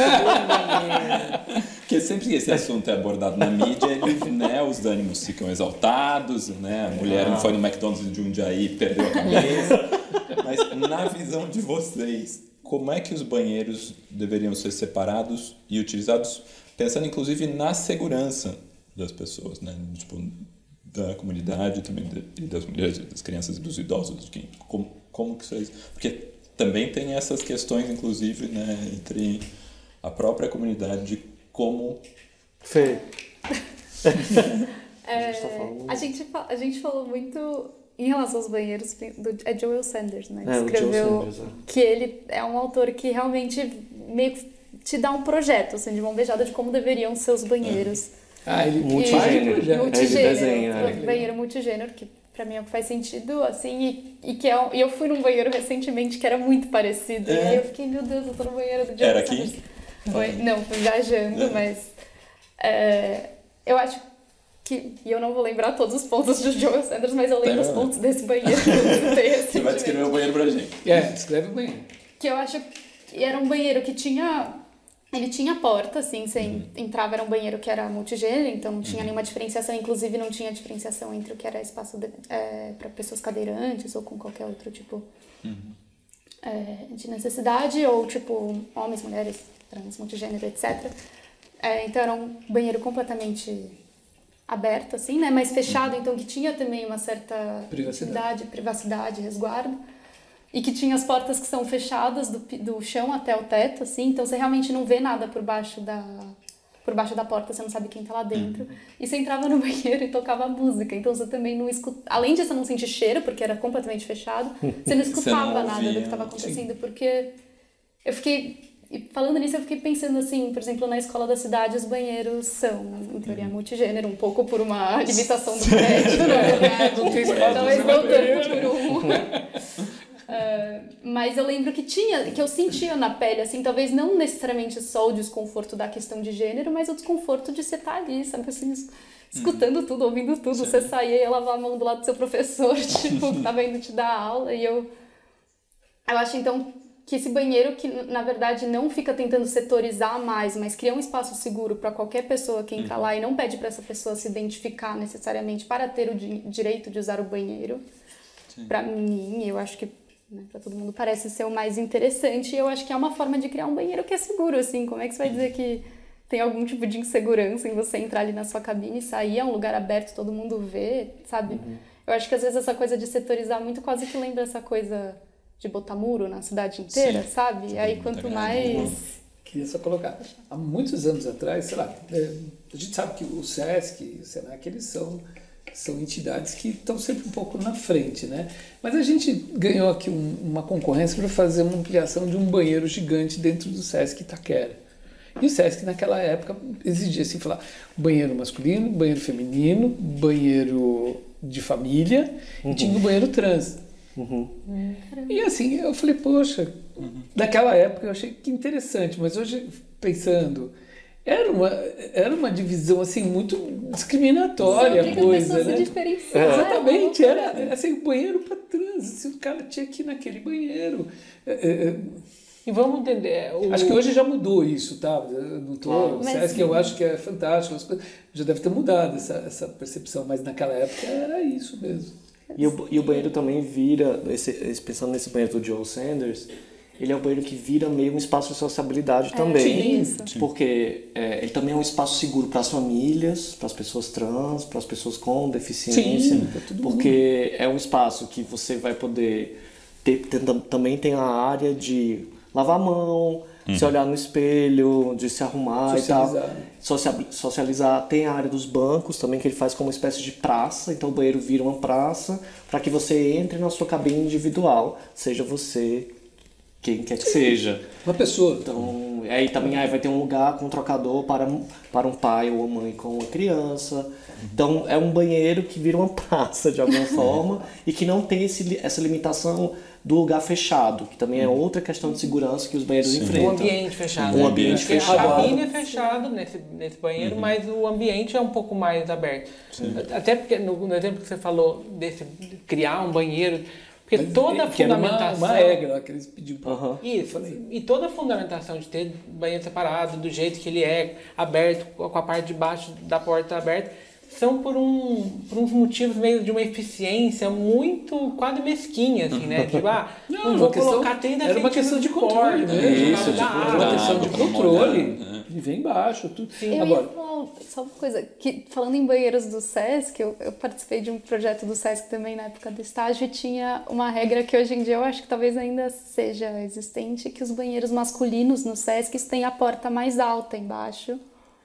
Porque sempre que esse assunto é abordado na mídia, ele, né, os ânimos ficam exaltados, né? A mulher não foi no McDonald's de Jundiaí e perdeu a cabeça. Mas na visão de vocês, como é que os banheiros deveriam ser separados e utilizados, pensando inclusive na segurança das pessoas, né? Tipo, da comunidade também, e das mulheres, das crianças e dos idosos, de quem, como, como que isso é isso? Porque também tem essas questões, inclusive, né, entre a própria comunidade de como... Fê. é, a, gente, a gente falou muito em relação aos banheiros, do, é Joel Sanders, né? É, escreveu o Joel Sanders, é. Que ele é um autor que realmente meio que te dá um projeto, assim, de mão beijada de como deveriam ser os banheiros. É. Ah, ele multigênero. E, multigênero, ele desenha, é. banheiro multigênero, que pra mim é o que faz sentido, assim, e, e que é, e eu fui num banheiro recentemente que era muito parecido, é. E aí eu fiquei, meu Deus, eu tô no banheiro do Joel Era Sanders. aqui? Foi, não, fui viajando, é. mas é, eu acho que, e eu não vou lembrar todos os pontos do Joel Sanders, mas eu lembro é. os pontos desse banheiro que eu visitei. Você vai descrever o banheiro pra gente. É, descreve o banheiro. Que eu acho que era um banheiro que tinha... Ele tinha porta, assim, você uhum. entrava, era um banheiro que era multigênero, então não tinha uhum. nenhuma diferenciação, inclusive não tinha diferenciação entre o que era espaço é, para pessoas cadeirantes ou com qualquer outro tipo uhum. é, de necessidade, ou tipo homens, mulheres, trans, multigênero, etcétera. É, então era um banheiro completamente aberto, assim, né, mas fechado, uhum. então que tinha também uma certa privacidade, privacidade, resguardo. E que tinha as portas que são fechadas do, do chão até o teto, assim, então você realmente não vê nada por baixo da, por baixo da porta, você não sabe quem tá lá dentro. Uhum. E você entrava no banheiro e tocava música, então você também não escutava, além de você não sentir cheiro, porque era completamente fechado, você não escutava você não nada do que estava acontecendo, sim. Porque eu fiquei, falando nisso, eu fiquei pensando assim, por exemplo, na escola da cidade os banheiros são, em teoria, uhum. multigênero, um pouco por uma limitação do prédio, na verdade, talvez não tanto por um... Uh, mas eu lembro que tinha, que eu sentia na pele, assim, talvez não necessariamente só o desconforto da questão de gênero, mas o desconforto de você estar ali, sabe, assim, escutando uhum. tudo, ouvindo tudo, sim. Você saía e ia lavar a mão do lado do seu professor, tipo, que tava indo te dar aula, e eu... Eu acho, então, que esse banheiro que, na verdade, não fica tentando setorizar mais, mas cria um espaço seguro para qualquer pessoa que entra uhum. lá e não pede para essa pessoa se identificar necessariamente para ter o di- direito de usar o banheiro. Para mim, eu acho que Né, para todo mundo parece ser o mais interessante, e eu acho que é uma forma de criar um banheiro que é seguro, assim, como é que você vai dizer que tem algum tipo de insegurança em você entrar ali na sua cabine e sair, é um lugar aberto, todo mundo vê, sabe? Uhum. Eu acho que às vezes essa coisa de setorizar muito quase que lembra essa coisa de botar muro na cidade inteira, sim. sabe? Sim, e aí quanto mais... Queria só colocar, há muitos anos atrás, sei lá, a gente sabe que o SESC e o SENAC, eles são... são entidades que estão sempre um pouco na frente, né? Mas a gente ganhou aqui um, uma concorrência para fazer uma ampliação de um banheiro gigante dentro do SESC Itaquera. E o SESC, naquela época, exigia assim, falar banheiro masculino, banheiro feminino, banheiro de família, uhum. e tinha o banheiro trans. Uhum. E assim, eu falei, poxa, uhum. naquela época eu achei que interessante, mas hoje, pensando... era uma, era uma divisão assim muito discriminatória a coisa, a né? se diferenciar. Exatamente, era, era assim, banheiro para trans, assim, o cara tinha que ir naquele banheiro. É, é, E vamos entender. O... Acho que hoje já mudou isso, tá? Não tô, Mas- Sesc eu acho que é fantástico, as coisas- já deve ter mudado essa, essa percepção, mas naquela época era isso mesmo. E o, e o banheiro também vira, esse, esse- pensando nesse banheiro do Joe Sanders, ele é um banheiro que vira meio um espaço de sociabilidade também. sim, sim. Porque é, ele também é um espaço seguro para as famílias, para as pessoas trans, para as pessoas com deficiência. Sim, pra todo mundo. Porque é um espaço que você vai poder ter, ter- também tem a área de lavar a mão, se olhar no espelho, de se arrumar e tal. Socializar. Socia- socializar. Tem a área dos bancos também, que ele faz como uma espécie de praça. Então o banheiro vira uma praça para que você entre na sua cabine individual, seja você quem quer que seja. Uma pessoa. Então, aí também aí vai ter um lugar com um trocador para, para um pai ou uma mãe com uma criança. Então, é um banheiro que vira uma praça de alguma forma e que não tem esse, essa limitação do lugar fechado, que também é outra questão de segurança que os banheiros Um enfrentam. ambiente fechado. Um né? ambiente Porque fechado. A cabine é fechada nesse, nesse banheiro, mas o ambiente é um pouco mais aberto. Até porque no, no exemplo que você falou desse de criar um banheiro, porque toda a que era uma, fundamentação. uma regra lá que eles pediam pra... Aham. Isso, e toda a fundamentação de ter banheiro separado, do jeito que ele é, aberto, com a parte de baixo da porta aberta, são por, um, por uns motivos meio de uma eficiência muito quase mesquinha, assim, né? Tipo, ah, não, Não, vou uma questão- colocar trinta era uma questão de centímetros controle porta, mesmo. por Isso, causa da tipo, Era água. uma dá questão de água pra não controle. molhar, né? E vem embaixo, tudo. Eu Agora, ia falar só uma coisa, que falando em banheiros do Sesc, eu, eu participei de um projeto do Sesc também na época do estágio e tinha uma regra que hoje em dia eu acho que talvez ainda seja existente, que os banheiros masculinos no Sesc têm a porta mais alta embaixo.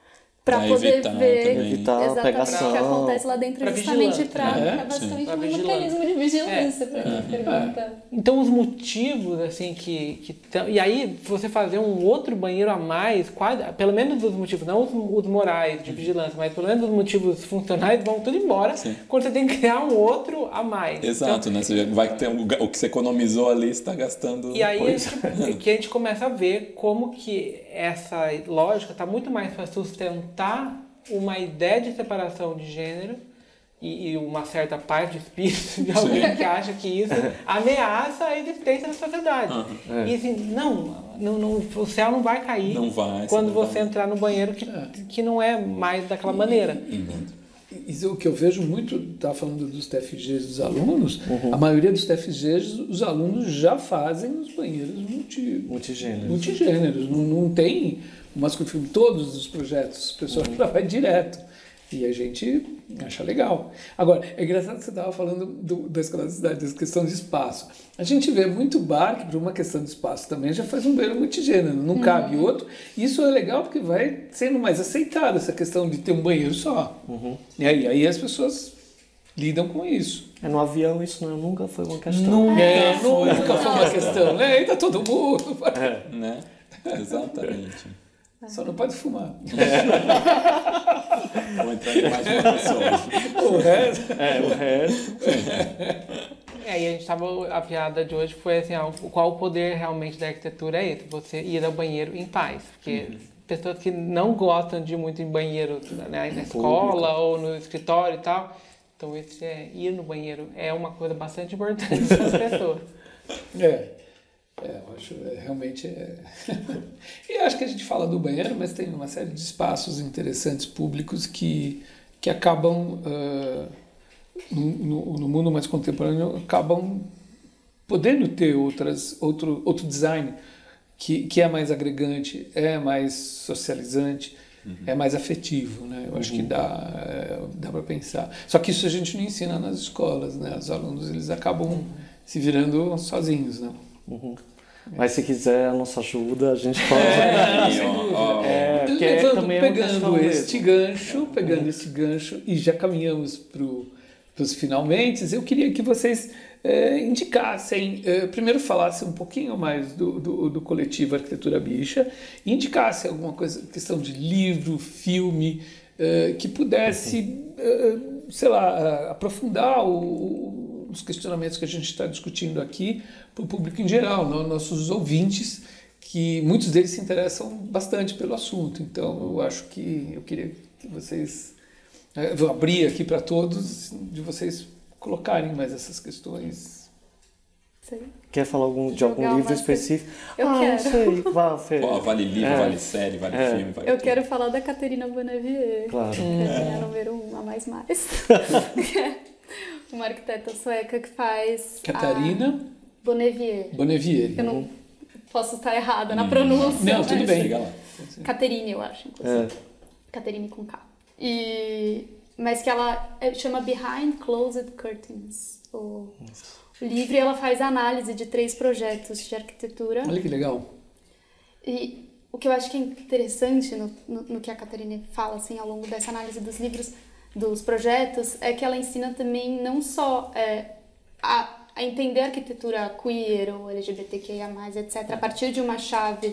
Pra Pra poder evitar ver também. Evitar exatamente pegação. o que acontece lá dentro, Pra justamente vigilância, para né? é basicamente Pra um vigilância. mecanismo de vigilância pra quem pergunta. Então os motivos, assim, que... que tão- e aí, você fazer um outro banheiro a mais, quase, pelo menos os motivos, não os, os morais de vigilância, mas pelo menos os motivos funcionais vão tudo embora quando você tem que criar um outro a mais. Exato, né? Você vai ter um, o que você economizou ali, você está gastando. E aí depois. é que a gente começa a ver como que essa lógica está muito mais para sustentar uma ideia de separação de gênero e, e uma certa paz de espírito de alguém que acha que isso ameaça a existência da sociedade. E assim, não, não, não, o céu não vai cair Não vai, quando você não você vai. entrar no banheiro que, que não é mais daquela maneira. isso é o que eu vejo muito, estava falando dos T F Gs dos alunos, a maioria dos T F Gs, os alunos já fazem os banheiros multi, Multigêneros. multigêneros. Não, não tem o masculino feminino, todos os projetos, o pessoal já vai direto. E a gente acha legal. Agora, é engraçado que você estava falando do, da escola da cidade, da questão de espaço. A gente vê muito bar que, por uma questão de espaço também, já faz um banheiro multigênero, não cabe outro. Isso é legal porque vai sendo mais aceitado essa questão de ter um banheiro só. E aí, aí as pessoas lidam com isso. É, no avião isso não, nunca foi uma questão. Nunca, é, nunca foi uma questão, né? Aí tá todo mundo. Né? Exatamente. Só não pode fumar. Vou entrar em mais uma pessoa. O resto... É, o resto. É, e a gente tava, a piada de hoje foi assim, ó, qual o poder realmente da arquitetura é esse? Você ir ao banheiro em paz. Porque pessoas que não gostam de ir muito em banheiro, né, na escola ou no escritório e tal, então esse é, ir no banheiro é uma coisa bastante importante para as pessoas. É. É, eu acho é, realmente é. E acho que a gente fala do banheiro, mas tem uma série de espaços interessantes públicos que, que acabam, uh, no, no mundo mais contemporâneo, acabam podendo ter outras, outro, outro design que, que é mais agregante, é mais socializante, uhum. é mais afetivo, né? Eu uhum. acho que dá, é, dá para pensar. Só que isso a gente não ensina nas escolas, né? Os alunos eles acabam uhum. se virando sozinhos, né? Uhum. Mas se quiser a nossa ajuda, a gente pode. É, ó, ó. É, porque Levando, também é uma questão pegando este mesmo. gancho, pegando este gancho e já caminhamos para os finalmente, eu queria que vocês é, indicassem, é, primeiro falassem um pouquinho mais do, do, do coletivo Arquitetura Bicha, e indicassem alguma coisa, questão de livro, filme, é, que pudesse, é, sei lá, aprofundar o os questionamentos que a gente está discutindo aqui para o público em geral, não, nossos ouvintes que muitos deles se interessam bastante pelo assunto. Então, eu acho que eu queria que vocês... Eu vou abrir aqui para todos, de vocês colocarem mais essas questões. Sei. Quer falar algum, de Jogar algum livro uma- específico? Eu ah, quero. não sei. Vá, Fê. Ó, vale livro, É. vale série, vale É. filme, vale Eu tudo. quero falar da Caterina Bonavier. Claro. Que é a minha número um, a mais mais. Que é uma arquiteta sueca que faz... Catarina a Bonavier. Bonavier. Eu não posso estar errada na pronúncia. Não, tudo mas- bem. Chega lá. Caterine, eu acho, inclusive. É. Caterine com K. E... Mas que ela é- chama Behind Closed Curtains. O o livro, e ela faz análise de três projetos de arquitetura. Olha que legal. E o que eu acho que é interessante no, no, no que a Catarina fala, assim, ao longo dessa análise dos livros, dos projetos, é que ela ensina também não só é, a, a entender a arquitetura queer ou L G B T Q I A mais, etcétera, a partir de uma chave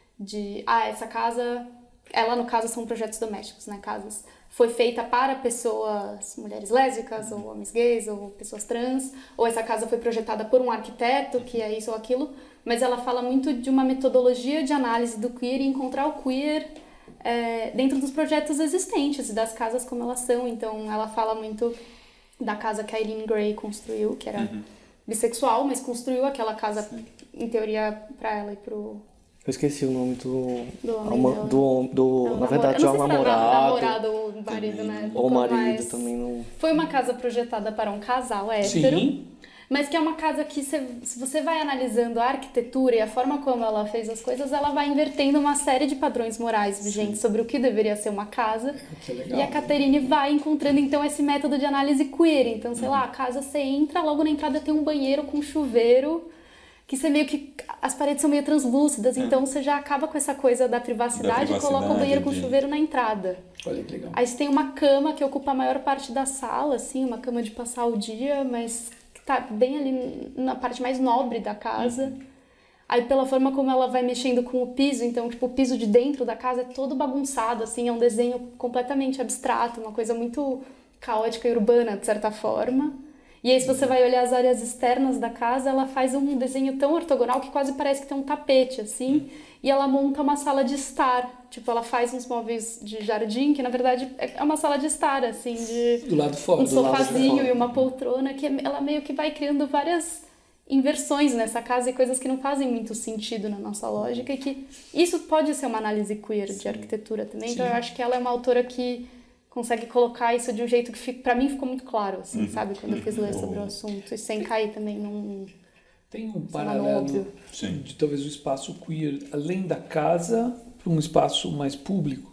de, ah, essa casa, ela no caso são projetos domésticos, né, casas, foi feita para pessoas, mulheres lésbicas, ou homens gays, ou pessoas trans, ou essa casa foi projetada por um arquiteto, que é isso ou aquilo, mas ela fala muito de uma metodologia de análise do queer e encontrar o queer é, dentro dos projetos existentes, das casas como elas são. Então, ela fala muito da casa que a Eileen Gray construiu, que era Uhum. bissexual, mas construiu aquela casa, em teoria, para ela e pro... Eu esqueci o nome do... Do homem ama- dela. do, do Não, na verdade, é eu um não sei se era namorado. namorado ou marido, né? Ou marido Mas também não... foi uma casa projetada para um casal hétero, Sim. mas que é uma casa que, se, se você vai analisando a arquitetura e a forma como ela fez as coisas, ela vai invertendo uma série de padrões morais vigentes sobre o que deveria ser uma casa. Que legal. E a Caterine vai encontrando, então, esse método de análise queer. Então, sei lá, a casa você entra, logo na entrada tem um banheiro com chuveiro, que você meio que... As paredes são meio translúcidas, então você já acaba com essa coisa da privacidade, Da e coloca o privacidade, banheiro com de- chuveiro na entrada. Olha que legal. Aí você tem uma cama que ocupa a maior parte da sala, assim, uma cama de passar o dia, mas que tá bem ali na parte mais nobre da casa. Aí pela forma como ela vai mexendo com o piso, então, tipo, o piso de dentro da casa é todo bagunçado, assim, é um desenho completamente abstrato, uma coisa muito caótica e urbana, de certa forma. E aí, se você vai olhar as áreas externas da casa, ela faz um desenho tão ortogonal que quase parece que tem um tapete, assim. E ela monta uma sala de estar. Tipo, ela faz uns móveis de jardim, que na verdade é uma sala de estar, assim, de Do lado de fora. um do lado de sofazinho fora. e uma poltrona, que ela meio que vai criando várias inversões nessa casa e coisas que não fazem muito sentido na nossa lógica, e que isso pode ser uma análise queer de arquitetura também. Então eu acho que ela é uma autora que consegue colocar isso de um jeito que, fica, pra mim, ficou muito claro, assim, sabe? Quando eu quis ler sobre o assunto. E sem cair também num... Tem um sei lá, no paralelo óbvio. Sim. de talvez o espaço queer, além da casa, para um espaço mais público.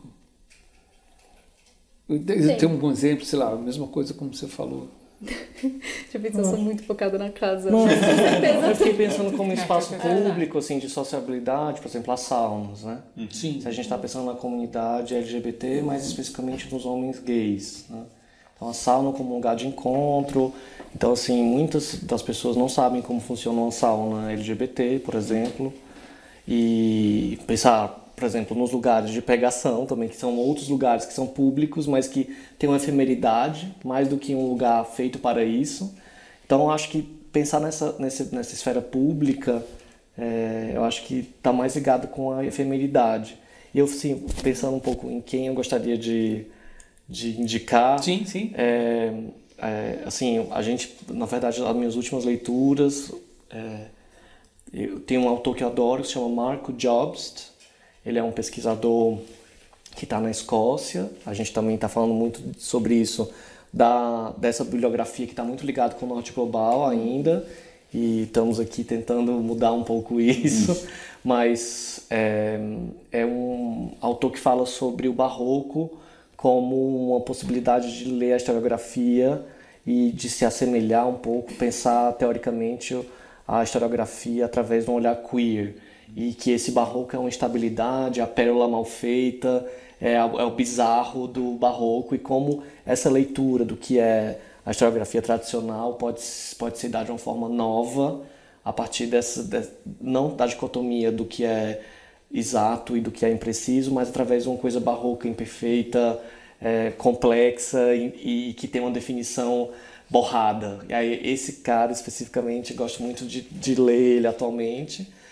Tem tem um exemplo, sei lá, a mesma coisa como você falou. Deixa eu ver se eu sou muito focada na casa. Não, Com certeza. eu fiquei pensando como espaço É verdade. público, assim, de sociabilidade, por exemplo, as saunas, né? Sim. Se a gente está pensando na comunidade L G B T, mais especificamente nos homens gays, né? Então, a sauna como um lugar de encontro. Então, assim, muitas das pessoas não sabem como funciona uma sauna L G B T, por exemplo. E pensar, por exemplo, nos lugares de pegação também, que são outros lugares que são públicos, mas que têm uma efemeridade, mais do que um lugar feito para isso. Então, eu acho que pensar nessa, nessa, nessa esfera pública, é, eu acho que está mais ligado com a efemeridade. E eu, sim, pensando um pouco em quem eu gostaria de, de indicar... Sim, sim. É, é, assim, a gente, na verdade, nas minhas últimas leituras, é, eu tenho um autor que eu adoro, que se chama Marco Jobst. Ele é um pesquisador que está na Escócia. A gente também está falando muito sobre isso, da, dessa bibliografia que está muito ligada com o Norte Global ainda. E estamos aqui tentando mudar um pouco isso. Mas é, é um autor que fala sobre o barroco como uma possibilidade de ler a historiografia e de se assemelhar um pouco, pensar teoricamente a historiografia através de um olhar queer. E que esse barroco é uma instabilidade, a pérola mal feita, é, a, é o bizarro do barroco, e como essa leitura do que é a historiografia tradicional pode, pode ser dada de uma forma nova, a partir dessa, de, não da dicotomia do que é exato e do que é impreciso, mas através de uma coisa barroca, imperfeita, é, complexa e, e que tem uma definição borrada. E aí esse cara especificamente, eu gosto muito de, de ler ele atualmente.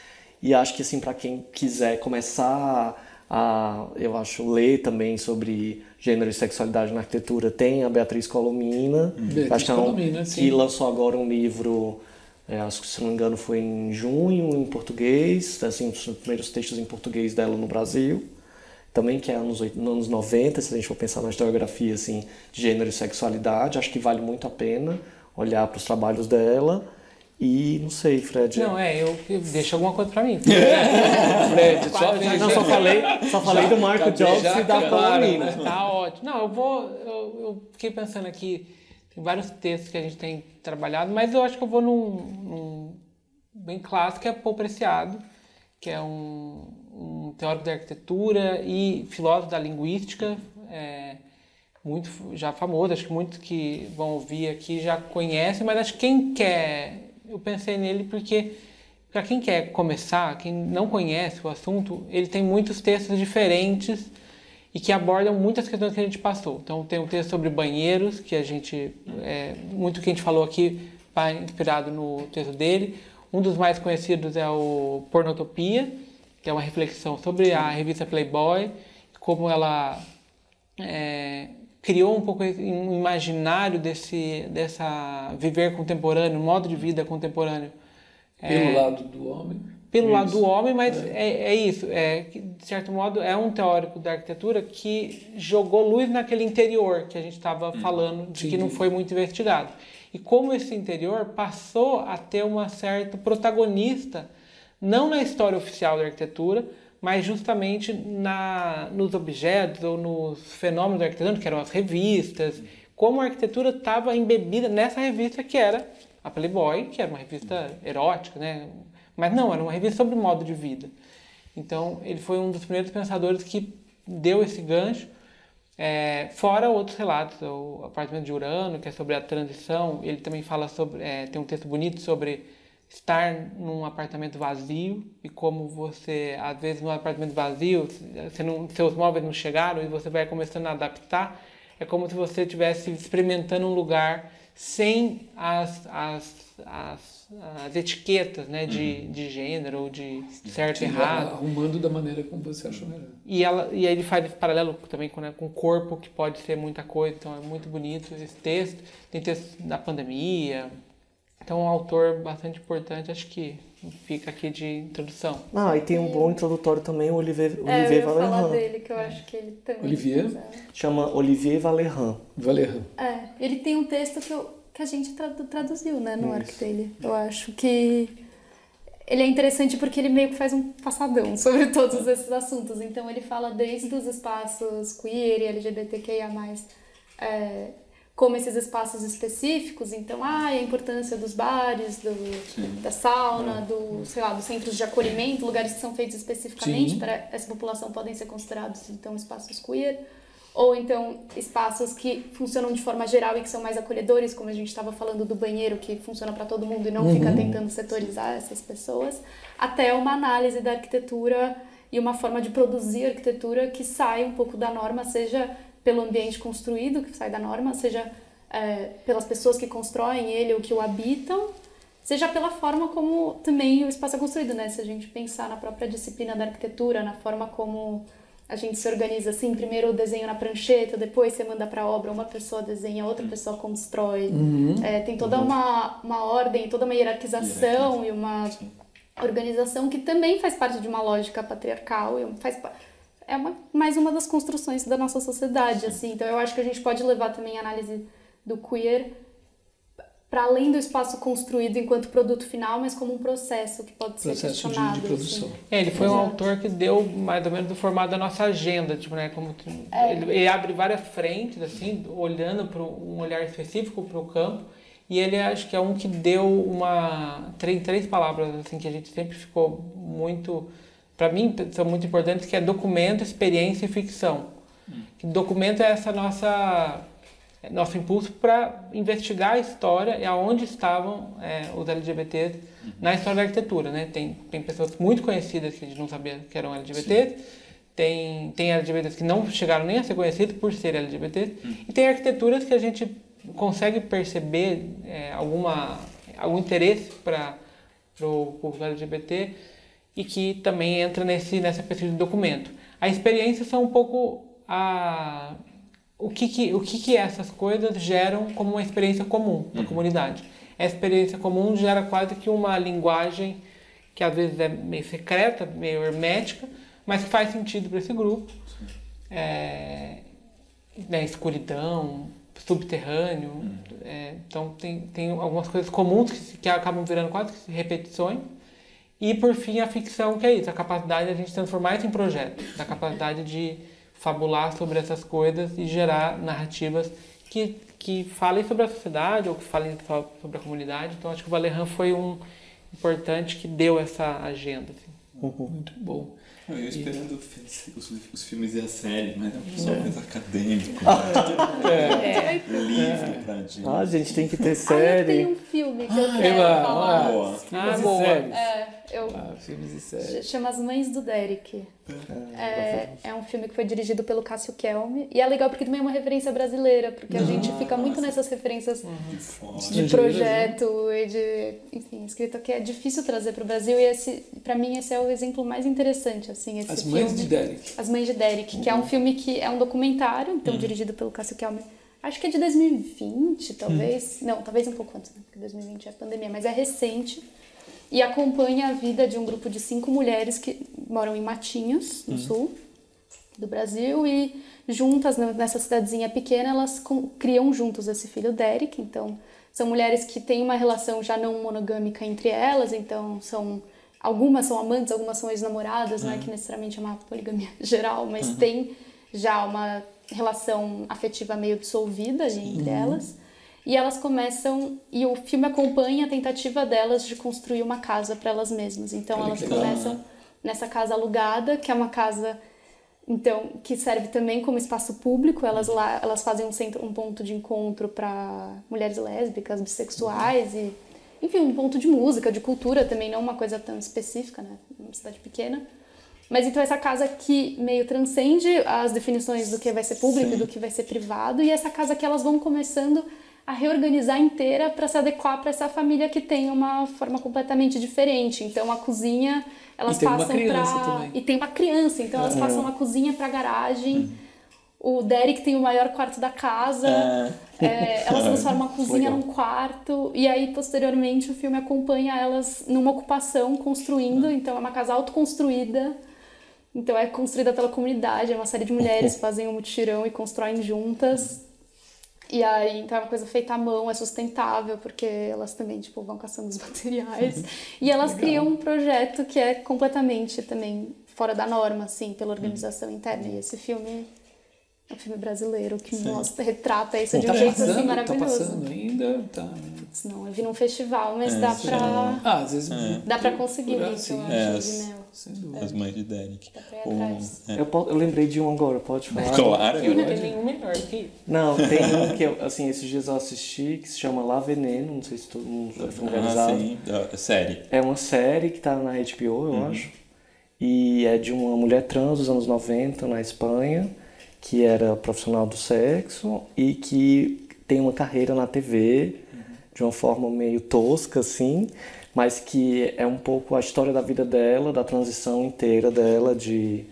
E acho que assim, para quem quiser começar a, eu acho, ler também sobre gênero e sexualidade na arquitetura, tem a Beatriz Colomina, Beatriz acho que, é um, Colomina, que sim. lançou agora um livro, é, acho que se não me engano foi em junho, em português, assim, os primeiros textos em português dela no Brasil. Também que é anos, anos noventa, se a gente for pensar na historiografia assim, de gênero e sexualidade, acho que vale muito a pena olhar para os trabalhos dela. E não sei, Fred. Não, é, eu, eu deixo alguma coisa pra mim. Fred, só, já, não, só falei, só falei do Marco Jobs e da Colomina. Né? Tá ótimo. Não, eu vou. Eu, eu fiquei pensando aqui, tem vários textos que a gente tem trabalhado, mas eu acho que eu vou num, num bem clássico, que é Paul Preciado, que é um, um teórico da arquitetura e filósofo da linguística, é, muito já famoso, acho que muitos que vão ouvir aqui já conhecem, mas acho que quem quer. Eu pensei nele porque, para quem quer começar, quem não conhece o assunto, ele tem muitos textos diferentes e que abordam muitas questões que a gente passou. Então, tem um texto sobre banheiros, que a gente, é, muito que a gente falou aqui, vai inspirado no texto dele. Um dos mais conhecidos é o Pornotopia, que é uma reflexão sobre a revista Playboy, como ela é, criou um pouco um imaginário desse dessa viver contemporâneo, modo de vida contemporâneo. Pelo é, lado do homem. Pelo isso. lado do homem, mas é, é, é isso. É, de certo modo, é um teórico da arquitetura que jogou luz naquele interior que a gente estava hum, falando, de sim, que não foi muito investigado. E como esse interior passou a ter uma certa protagonista, não na história oficial da arquitetura, mas justamente na, nos objetos ou nos fenômenos da arquitetura, que eram as revistas, como a arquitetura estava embebida nessa revista que era a Playboy, que era uma revista erótica, né? Mas não, era uma revista sobre modo de vida. Então, ele foi um dos primeiros pensadores que deu esse gancho, é, fora outros relatos, o Apartamento de Urano, que é sobre a transição, ele também fala sobre, é, tem um texto bonito sobre estar num apartamento vazio e como você, às vezes, num apartamento vazio, você não, seus móveis não chegaram e você vai começando a adaptar, é como se você estivesse experimentando um lugar sem as, as, as, as etiquetas, né, de, uhum. de gênero ou de certo e errado. Arrumando da maneira como você achou melhor. E, ela, e aí ele faz esse paralelo também com, né, com o corpo, que pode ser muita coisa, então é muito bonito esse texto. Tem texto da pandemia. Então, um autor bastante importante, acho que fica aqui de introdução. Ah, e tem um bom introdutório também, o Olivier, Olivier é, eu ia Vallerand. falar dele, que eu acho que ele também... Olivier? Chama Olivier Vallerand. Vallerand. É, ele tem um texto que, eu, que a gente tradu, traduziu, né, no arco dele. Eu acho que ele é interessante porque ele meio que faz um passadão sobre todos esses assuntos. Então, ele fala desde os espaços queer e L G B T Q I A mais, é, como esses espaços específicos, então, ah, a importância dos bares, do, da sauna, do, sei lá, dos centros de acolhimento, lugares que são feitos especificamente Sim. para essa população podem ser considerados, então, espaços queer, ou então espaços que funcionam de forma geral e que são mais acolhedores, como a gente estava falando do banheiro, que funciona para todo mundo e não uhum. fica tentando setorizar essas pessoas, até uma análise da arquitetura e uma forma de produzir arquitetura que sai um pouco da norma, seja pelo ambiente construído, que sai da norma, seja é, pelas pessoas que constroem ele ou que o habitam, seja pela forma como também o espaço é construído, né? Se a gente pensar na própria disciplina da arquitetura, na forma como a gente se organiza, assim, primeiro o desenho na prancheta, depois você manda para a obra, uma pessoa desenha, outra pessoa constrói. Uhum. É, tem toda uhum. uma, uma ordem, toda uma hierarquização e uma organização que também faz parte de uma lógica patriarcal e faz parte... É uma, mais uma das construções da nossa sociedade, assim. Então, eu acho que a gente pode levar também a análise do queer para além do espaço construído enquanto produto final, mas como um processo que pode processo ser questionado. De, de produção. Assim. É, ele foi Exato. um autor que deu mais ou menos o formato da nossa agenda, tipo, né? Como é. ele, ele abre várias frentes, assim, olhando para um olhar específico para o campo. E ele acho que é um que deu uma três, três palavras assim que a gente sempre ficou muito, para mim são muito importantes, que é documento, experiência e ficção. Hum. Que documento é essa nossa nosso impulso para investigar a história e aonde estavam é, os L G B Ts uhum. na história da arquitetura, né? Tem tem pessoas muito conhecidas que a gente não sabia que eram L G B Ts. Sim. Tem tem L G B Ts que não chegaram nem a ser conhecidos por ser L G B Ts. Uhum. E tem arquiteturas que a gente consegue perceber é, alguma, algum interesse para o público L G B T e que também entra nesse, nessa pesquisa de documento. A experiência são um pouco a, o, que, que, o que, que essas coisas geram como uma experiência comum na uhum. comunidade. A experiência comum gera quase que uma linguagem que às vezes é meio secreta, meio hermética, mas que faz sentido para esse grupo. É, né, escuridão, subterrâneo. Uhum. É, então tem, tem algumas coisas comuns que, que acabam virando quase que repetições. E, por fim, a ficção, que é isso, a capacidade de a gente transformar isso em projeto, a capacidade de fabular sobre essas coisas e gerar narrativas que, que falem sobre a sociedade ou que falem sobre a comunidade. Então, acho que o Valerran foi um importante que deu essa agenda. Assim. Uhum. Muito bom. Eu ia esperando e... os, os filmes e a série, mas é um pessoal é. mais acadêmico. É. É. Livre pra gente. Ah, a gente tem que ter série. Ah, tem um filme que eu ah, quero ah, falar. Boa. Ah, boa. É, eu... ah, filmes e séries. Chama As Mães do Derek. É, é um filme que foi dirigido pelo Cássio Kelme. E é legal porque também é uma referência brasileira, porque a Nossa. gente fica muito nessas referências uhum. de, de projeto e de, enfim, escrita que é difícil trazer para o Brasil. E esse, para mim, esse é o exemplo mais interessante, assim, esse As filme. Mães de Derek. As Mães de Derek, uhum. que é um filme que é um documentário, então uhum. dirigido pelo Cássio Kelme. Acho que é de dois mil e vinte, talvez. Uhum. Não, talvez um pouco antes, né? Porque dois mil e vinte é a pandemia, mas é recente. E acompanha a vida de um grupo de cinco mulheres que moram em Matinhos, no uhum. sul do Brasil, e juntas, nessa cidadezinha pequena, elas criam juntos esse filho Derek. Então, são mulheres que têm uma relação já não monogâmica entre elas, então são... Algumas são amantes, algumas são ex-namoradas, uhum. não é que necessariamente é uma poligamia geral, mas uhum. tem já uma relação afetiva meio dissolvida ali entre uhum. elas. E elas começam, e o filme acompanha a tentativa delas de construir uma casa para elas mesmas. Então elas começam nessa casa alugada, que é uma casa então, que serve também como espaço público. Elas, lá, elas fazem um, centro, um ponto de encontro para mulheres lésbicas, bissexuais e, enfim, um ponto de música, de cultura também, não uma coisa tão específica, né? Uma cidade pequena. Mas então essa casa que meio transcende as definições do que vai ser público Sim. e do que vai ser privado, e essa casa que elas vão começando a reorganizar inteira para se adequar para essa família que tem uma forma completamente diferente. Então a cozinha, elas e tem passam uma criança pra... também. E tem uma criança, então elas é. passam a cozinha para a garagem. Uhum. O Derek tem o maior quarto da casa. É. É, elas transformam a cozinha Legal. num quarto. E aí, posteriormente, o filme acompanha elas numa ocupação, construindo. Uhum. Então é uma casa autoconstruída. Então é construída pela comunidade. É uma série de mulheres que fazem um mutirão e constroem juntas. E aí, então é uma coisa feita à mão, é sustentável, porque elas também, tipo, vão caçando os materiais. E elas Legal. criam um projeto que é completamente também fora da norma, assim, pela organização hum. interna. E esse filme é um filme brasileiro que Sim. mostra, retrata isso de um tá jeito passando, assim maravilhoso. Tá passando ainda? Tá. Putz, não, eu vi num festival, mas é, dá pra... Ah, às vezes... É. Dá pra conseguir, Por, assim, eu é, acho, as, de Mel. As Mães de Derek. Dá pra ir atrás. O, é. eu, eu lembrei de um agora, pode falar? Claro. Eu não tenho nenhum melhor que Não, tem um que, eu, assim, esses dias eu assisti, que se chama Lá Veneno, não sei se todo mundo é familiarizado. Ah, sim, é série. É uma série que tá na H B O, eu uhum. acho, e é de uma mulher trans dos anos noventa, na Espanha, que era profissional do sexo e que tem uma carreira na T V uhum. de uma forma meio tosca, assim, mas que é um pouco a história da vida dela, da transição inteira dela de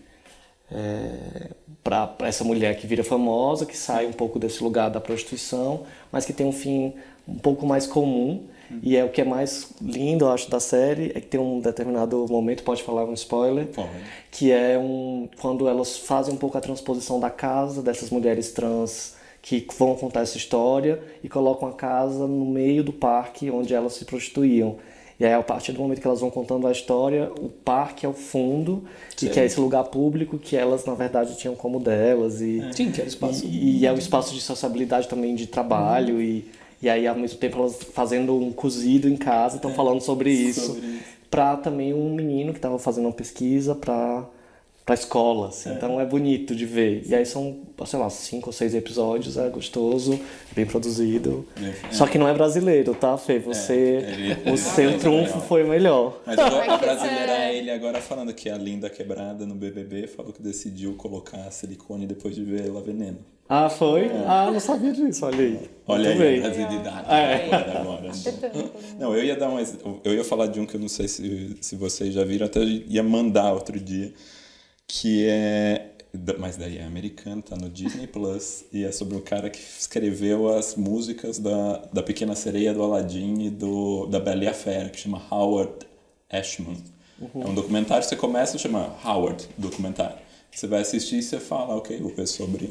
é, para essa mulher que vira famosa, que sai um pouco desse lugar da prostituição, mas que tem um fim um pouco mais comum. Uhum. E é o que é mais lindo, eu acho, da série, é que tem um determinado momento, pode falar um spoiler, Pode. que é um, quando elas fazem um pouco a transposição da casa dessas mulheres trans que vão contar essa história e colocam a casa no meio do parque onde elas se prostituíam. E aí, a partir do momento que elas vão contando a história, o parque é o fundo, Sim. e que é esse lugar público que elas, na verdade, tinham como delas. E, é. Sim, que era espaço. E, e é um espaço de sociabilidade também, de trabalho, uhum. e, e aí, ao mesmo tempo, elas fazendo um cozido em casa, estão é. falando sobre isso. Sobre isso. Para também um menino que estava fazendo uma pesquisa para para escola, assim. É. Então é bonito de ver. E aí são, sei lá, cinco ou seis episódios, é gostoso, bem produzido. É. Só que não é brasileiro, tá, Fê? Você, é. ele, ele, o seu ele trunfo é foi o melhor. Mas eu vou brasileirar ele agora falando que a Linda Quebrada no B B B falou que decidiu colocar silicone depois de ver Lá Veneno. Ah, foi? Ah, não sabia disso, olha aí. Olha Muito aí, bem. a brasilidade É. agora. Não, eu ia dar um ex- eu ia falar de um que eu não sei se, se vocês já viram, até ia mandar outro dia, que é, mas daí é americano, tá no Disney Plus, e é sobre um cara que escreveu as músicas da, da Pequena Sereia, do Aladdin e do, da Bela e a Fera, que chama Howard Ashman. Uhum. É um documentário, você começa a chamar Howard, documentário. Você vai assistir e você fala, ok, vou ver sobre...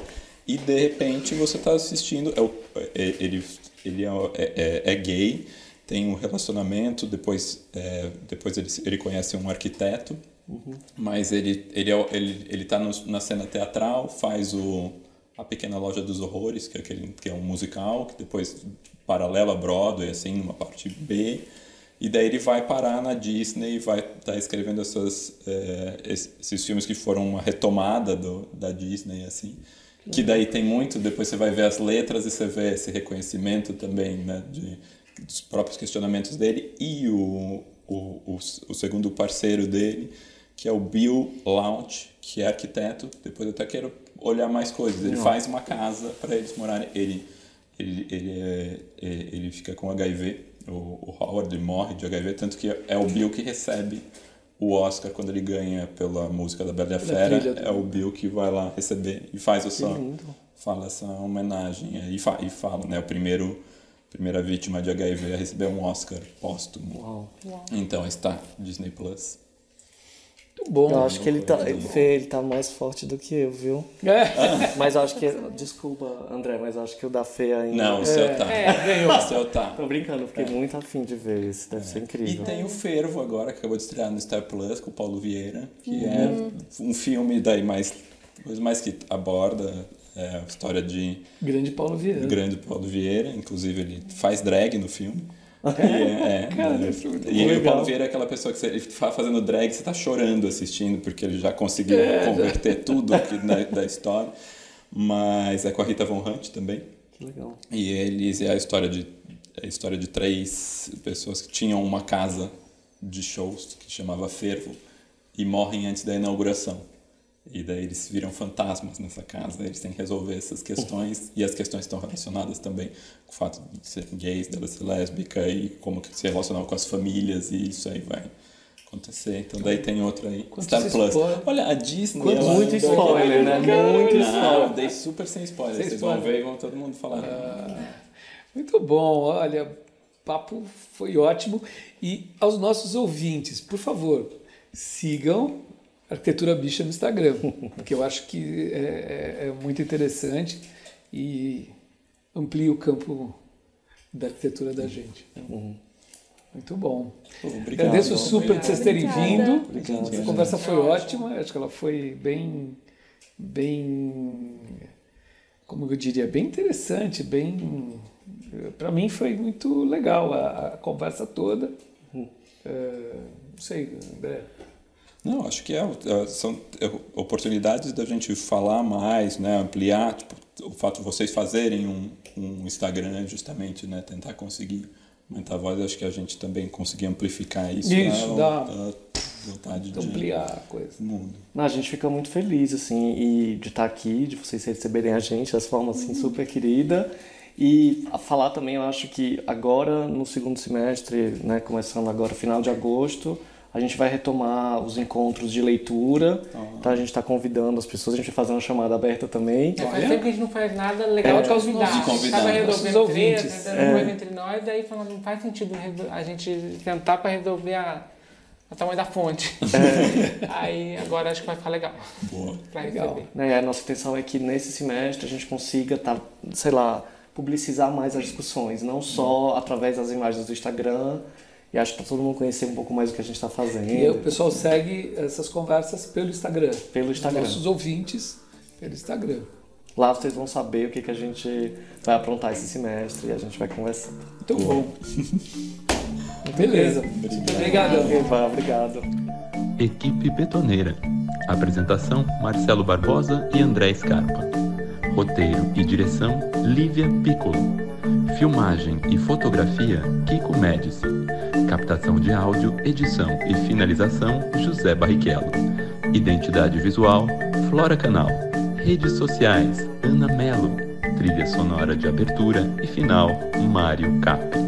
E de repente você está assistindo, é o, é, ele, ele é, é, é gay, tem um relacionamento, depois, é, depois ele, ele conhece um arquiteto, uhum. mas ele ele é, ele ele está na cena teatral, faz o a Pequena Loja dos Horrores, que é aquele que é um musical, que depois paralela a Broadway, assim, numa parte B. E daí ele vai parar na Disney e vai estar tá escrevendo essas, é, esses filmes que foram uma retomada do, da Disney, assim. Que daí tem muito, depois você vai ver as letras e você vê esse reconhecimento também, né, de, dos próprios questionamentos dele. E o, o, o, o segundo parceiro dele, que é o Bill Launch, que é arquiteto. Depois eu até quero olhar mais coisas. Ele Não. faz uma casa para eles morarem. Ele, ele, ele, é, ele fica com H I V. O, o Howard morre de H I V, tanto que é o Bill que recebe o Oscar quando ele ganha pela música da Bela e a Fera. É o Bill que vai lá receber e faz essa, fala essa homenagem. E, fa, e fala, né, o primeiro, primeira vítima de H I V a receber um Oscar póstumo. Uau. Uau. Então está Disney Plus. Muito bom. Eu acho que ele tá, ele, Fê, ele tá mais forte do que eu, viu? É. Mas eu acho que... Desculpa, André, mas eu acho que o da Fê ainda... Não, o seu é, tá. É, ganhou. O seu tá. Tô brincando, fiquei é. muito afim de ver isso. Deve é. ser incrível. E tem o Fervo agora, que acabou de estrear no Star Plus, com o Paulo Vieira, que uhum. é um filme daí mais... mais que aborda é, a história de... Grande Paulo Vieira. Grande Paulo Vieira. Inclusive, ele faz drag no filme. É, é, Cara, é, e aí o Paulo Vieira é aquela pessoa que você, ele tá fazendo drag, você tá chorando assistindo, porque ele já conseguiu é, converter já. tudo aqui da, da história. Mas é com a Rita Von Hunt também. Que legal. E eles é a história de a história de três pessoas que tinham uma casa de shows que chamava Fervo e morrem antes da inauguração. E daí eles viram fantasmas nessa casa, eles têm que resolver essas questões, e as questões estão relacionadas também com o fato de ser gays, dela ser lésbica, e como que se relacionar com as famílias, e isso aí vai acontecer. Então daí tem outra aí, Quantos Star Plus. Spoiler? Olha, a Disney... Quanto ela muito spoiler, né? Muito spoiler. Eu dei super sem spoiler, sem vocês spoiler. vão ver e vão todo mundo falar. Ah, muito bom, olha, o papo foi ótimo. E aos nossos ouvintes, por favor, sigam... Arquitetura Bicha no Instagram, que eu acho que é, é, é muito interessante e amplia o campo da arquitetura da gente. Uhum. Muito bom. Obrigado. Agradeço super Obrigada. de vocês terem Obrigada. vindo. Obrigado. Essa conversa foi ótima, acho que ela foi bem, bem, como eu diria, bem interessante, bem, para mim foi muito legal a, a conversa toda. Uhum. Uh, não sei, André. Não, acho que é, são oportunidades da gente falar mais, né, ampliar, tipo, o fato de vocês fazerem um, um Instagram, justamente, né, tentar conseguir aumentar a voz, acho que a gente também conseguir amplificar isso. Isso, né, dá a vontade de ampliar a coisa. Mundo. A gente fica muito feliz, assim, e de estar aqui, de vocês receberem a gente dessa forma, assim, uhum. super querida. E a falar também, eu acho que agora, no segundo semestre, né, começando agora, final de agosto, a gente vai retomar os encontros de leitura, uhum. então a gente está convidando as pessoas, a gente vai fazer uma chamada aberta também. É, faz tempo que a gente não faz nada legal é, de convidar. A gente estava resolvendo ouvintes. treta, é. coisa entre nós, daí falando, não faz sentido a gente tentar para resolver a, a tamanho da fonte. É. Aí agora acho que vai ficar legal. Boa. Pra legal. receber. É, a nossa intenção é que nesse semestre a gente consiga, tá, sei lá, publicizar mais as discussões, não só uhum. através das imagens do Instagram. E acho que para todo mundo conhecer um pouco mais o que a gente está fazendo. E o pessoal segue essas conversas pelo Instagram. Pelo Instagram. Nossos ouvintes pelo Instagram. Lá vocês vão saber o que, que a gente vai aprontar esse semestre e a gente vai conversar. Muito bom. Beleza. Obrigado. Obrigado. Obrigado. Equipe Betoneira. Apresentação: Marcelo Barbosa e André Scarpa. Roteiro e direção: Lívia Piccolo. Filmagem e fotografia: Kiko Médici. Captação de áudio, edição e finalização: José Barrichello. Identidade visual: Flora Canal. Redes sociais, Ana Mello. Trilha sonora de abertura e final, Mário Cap.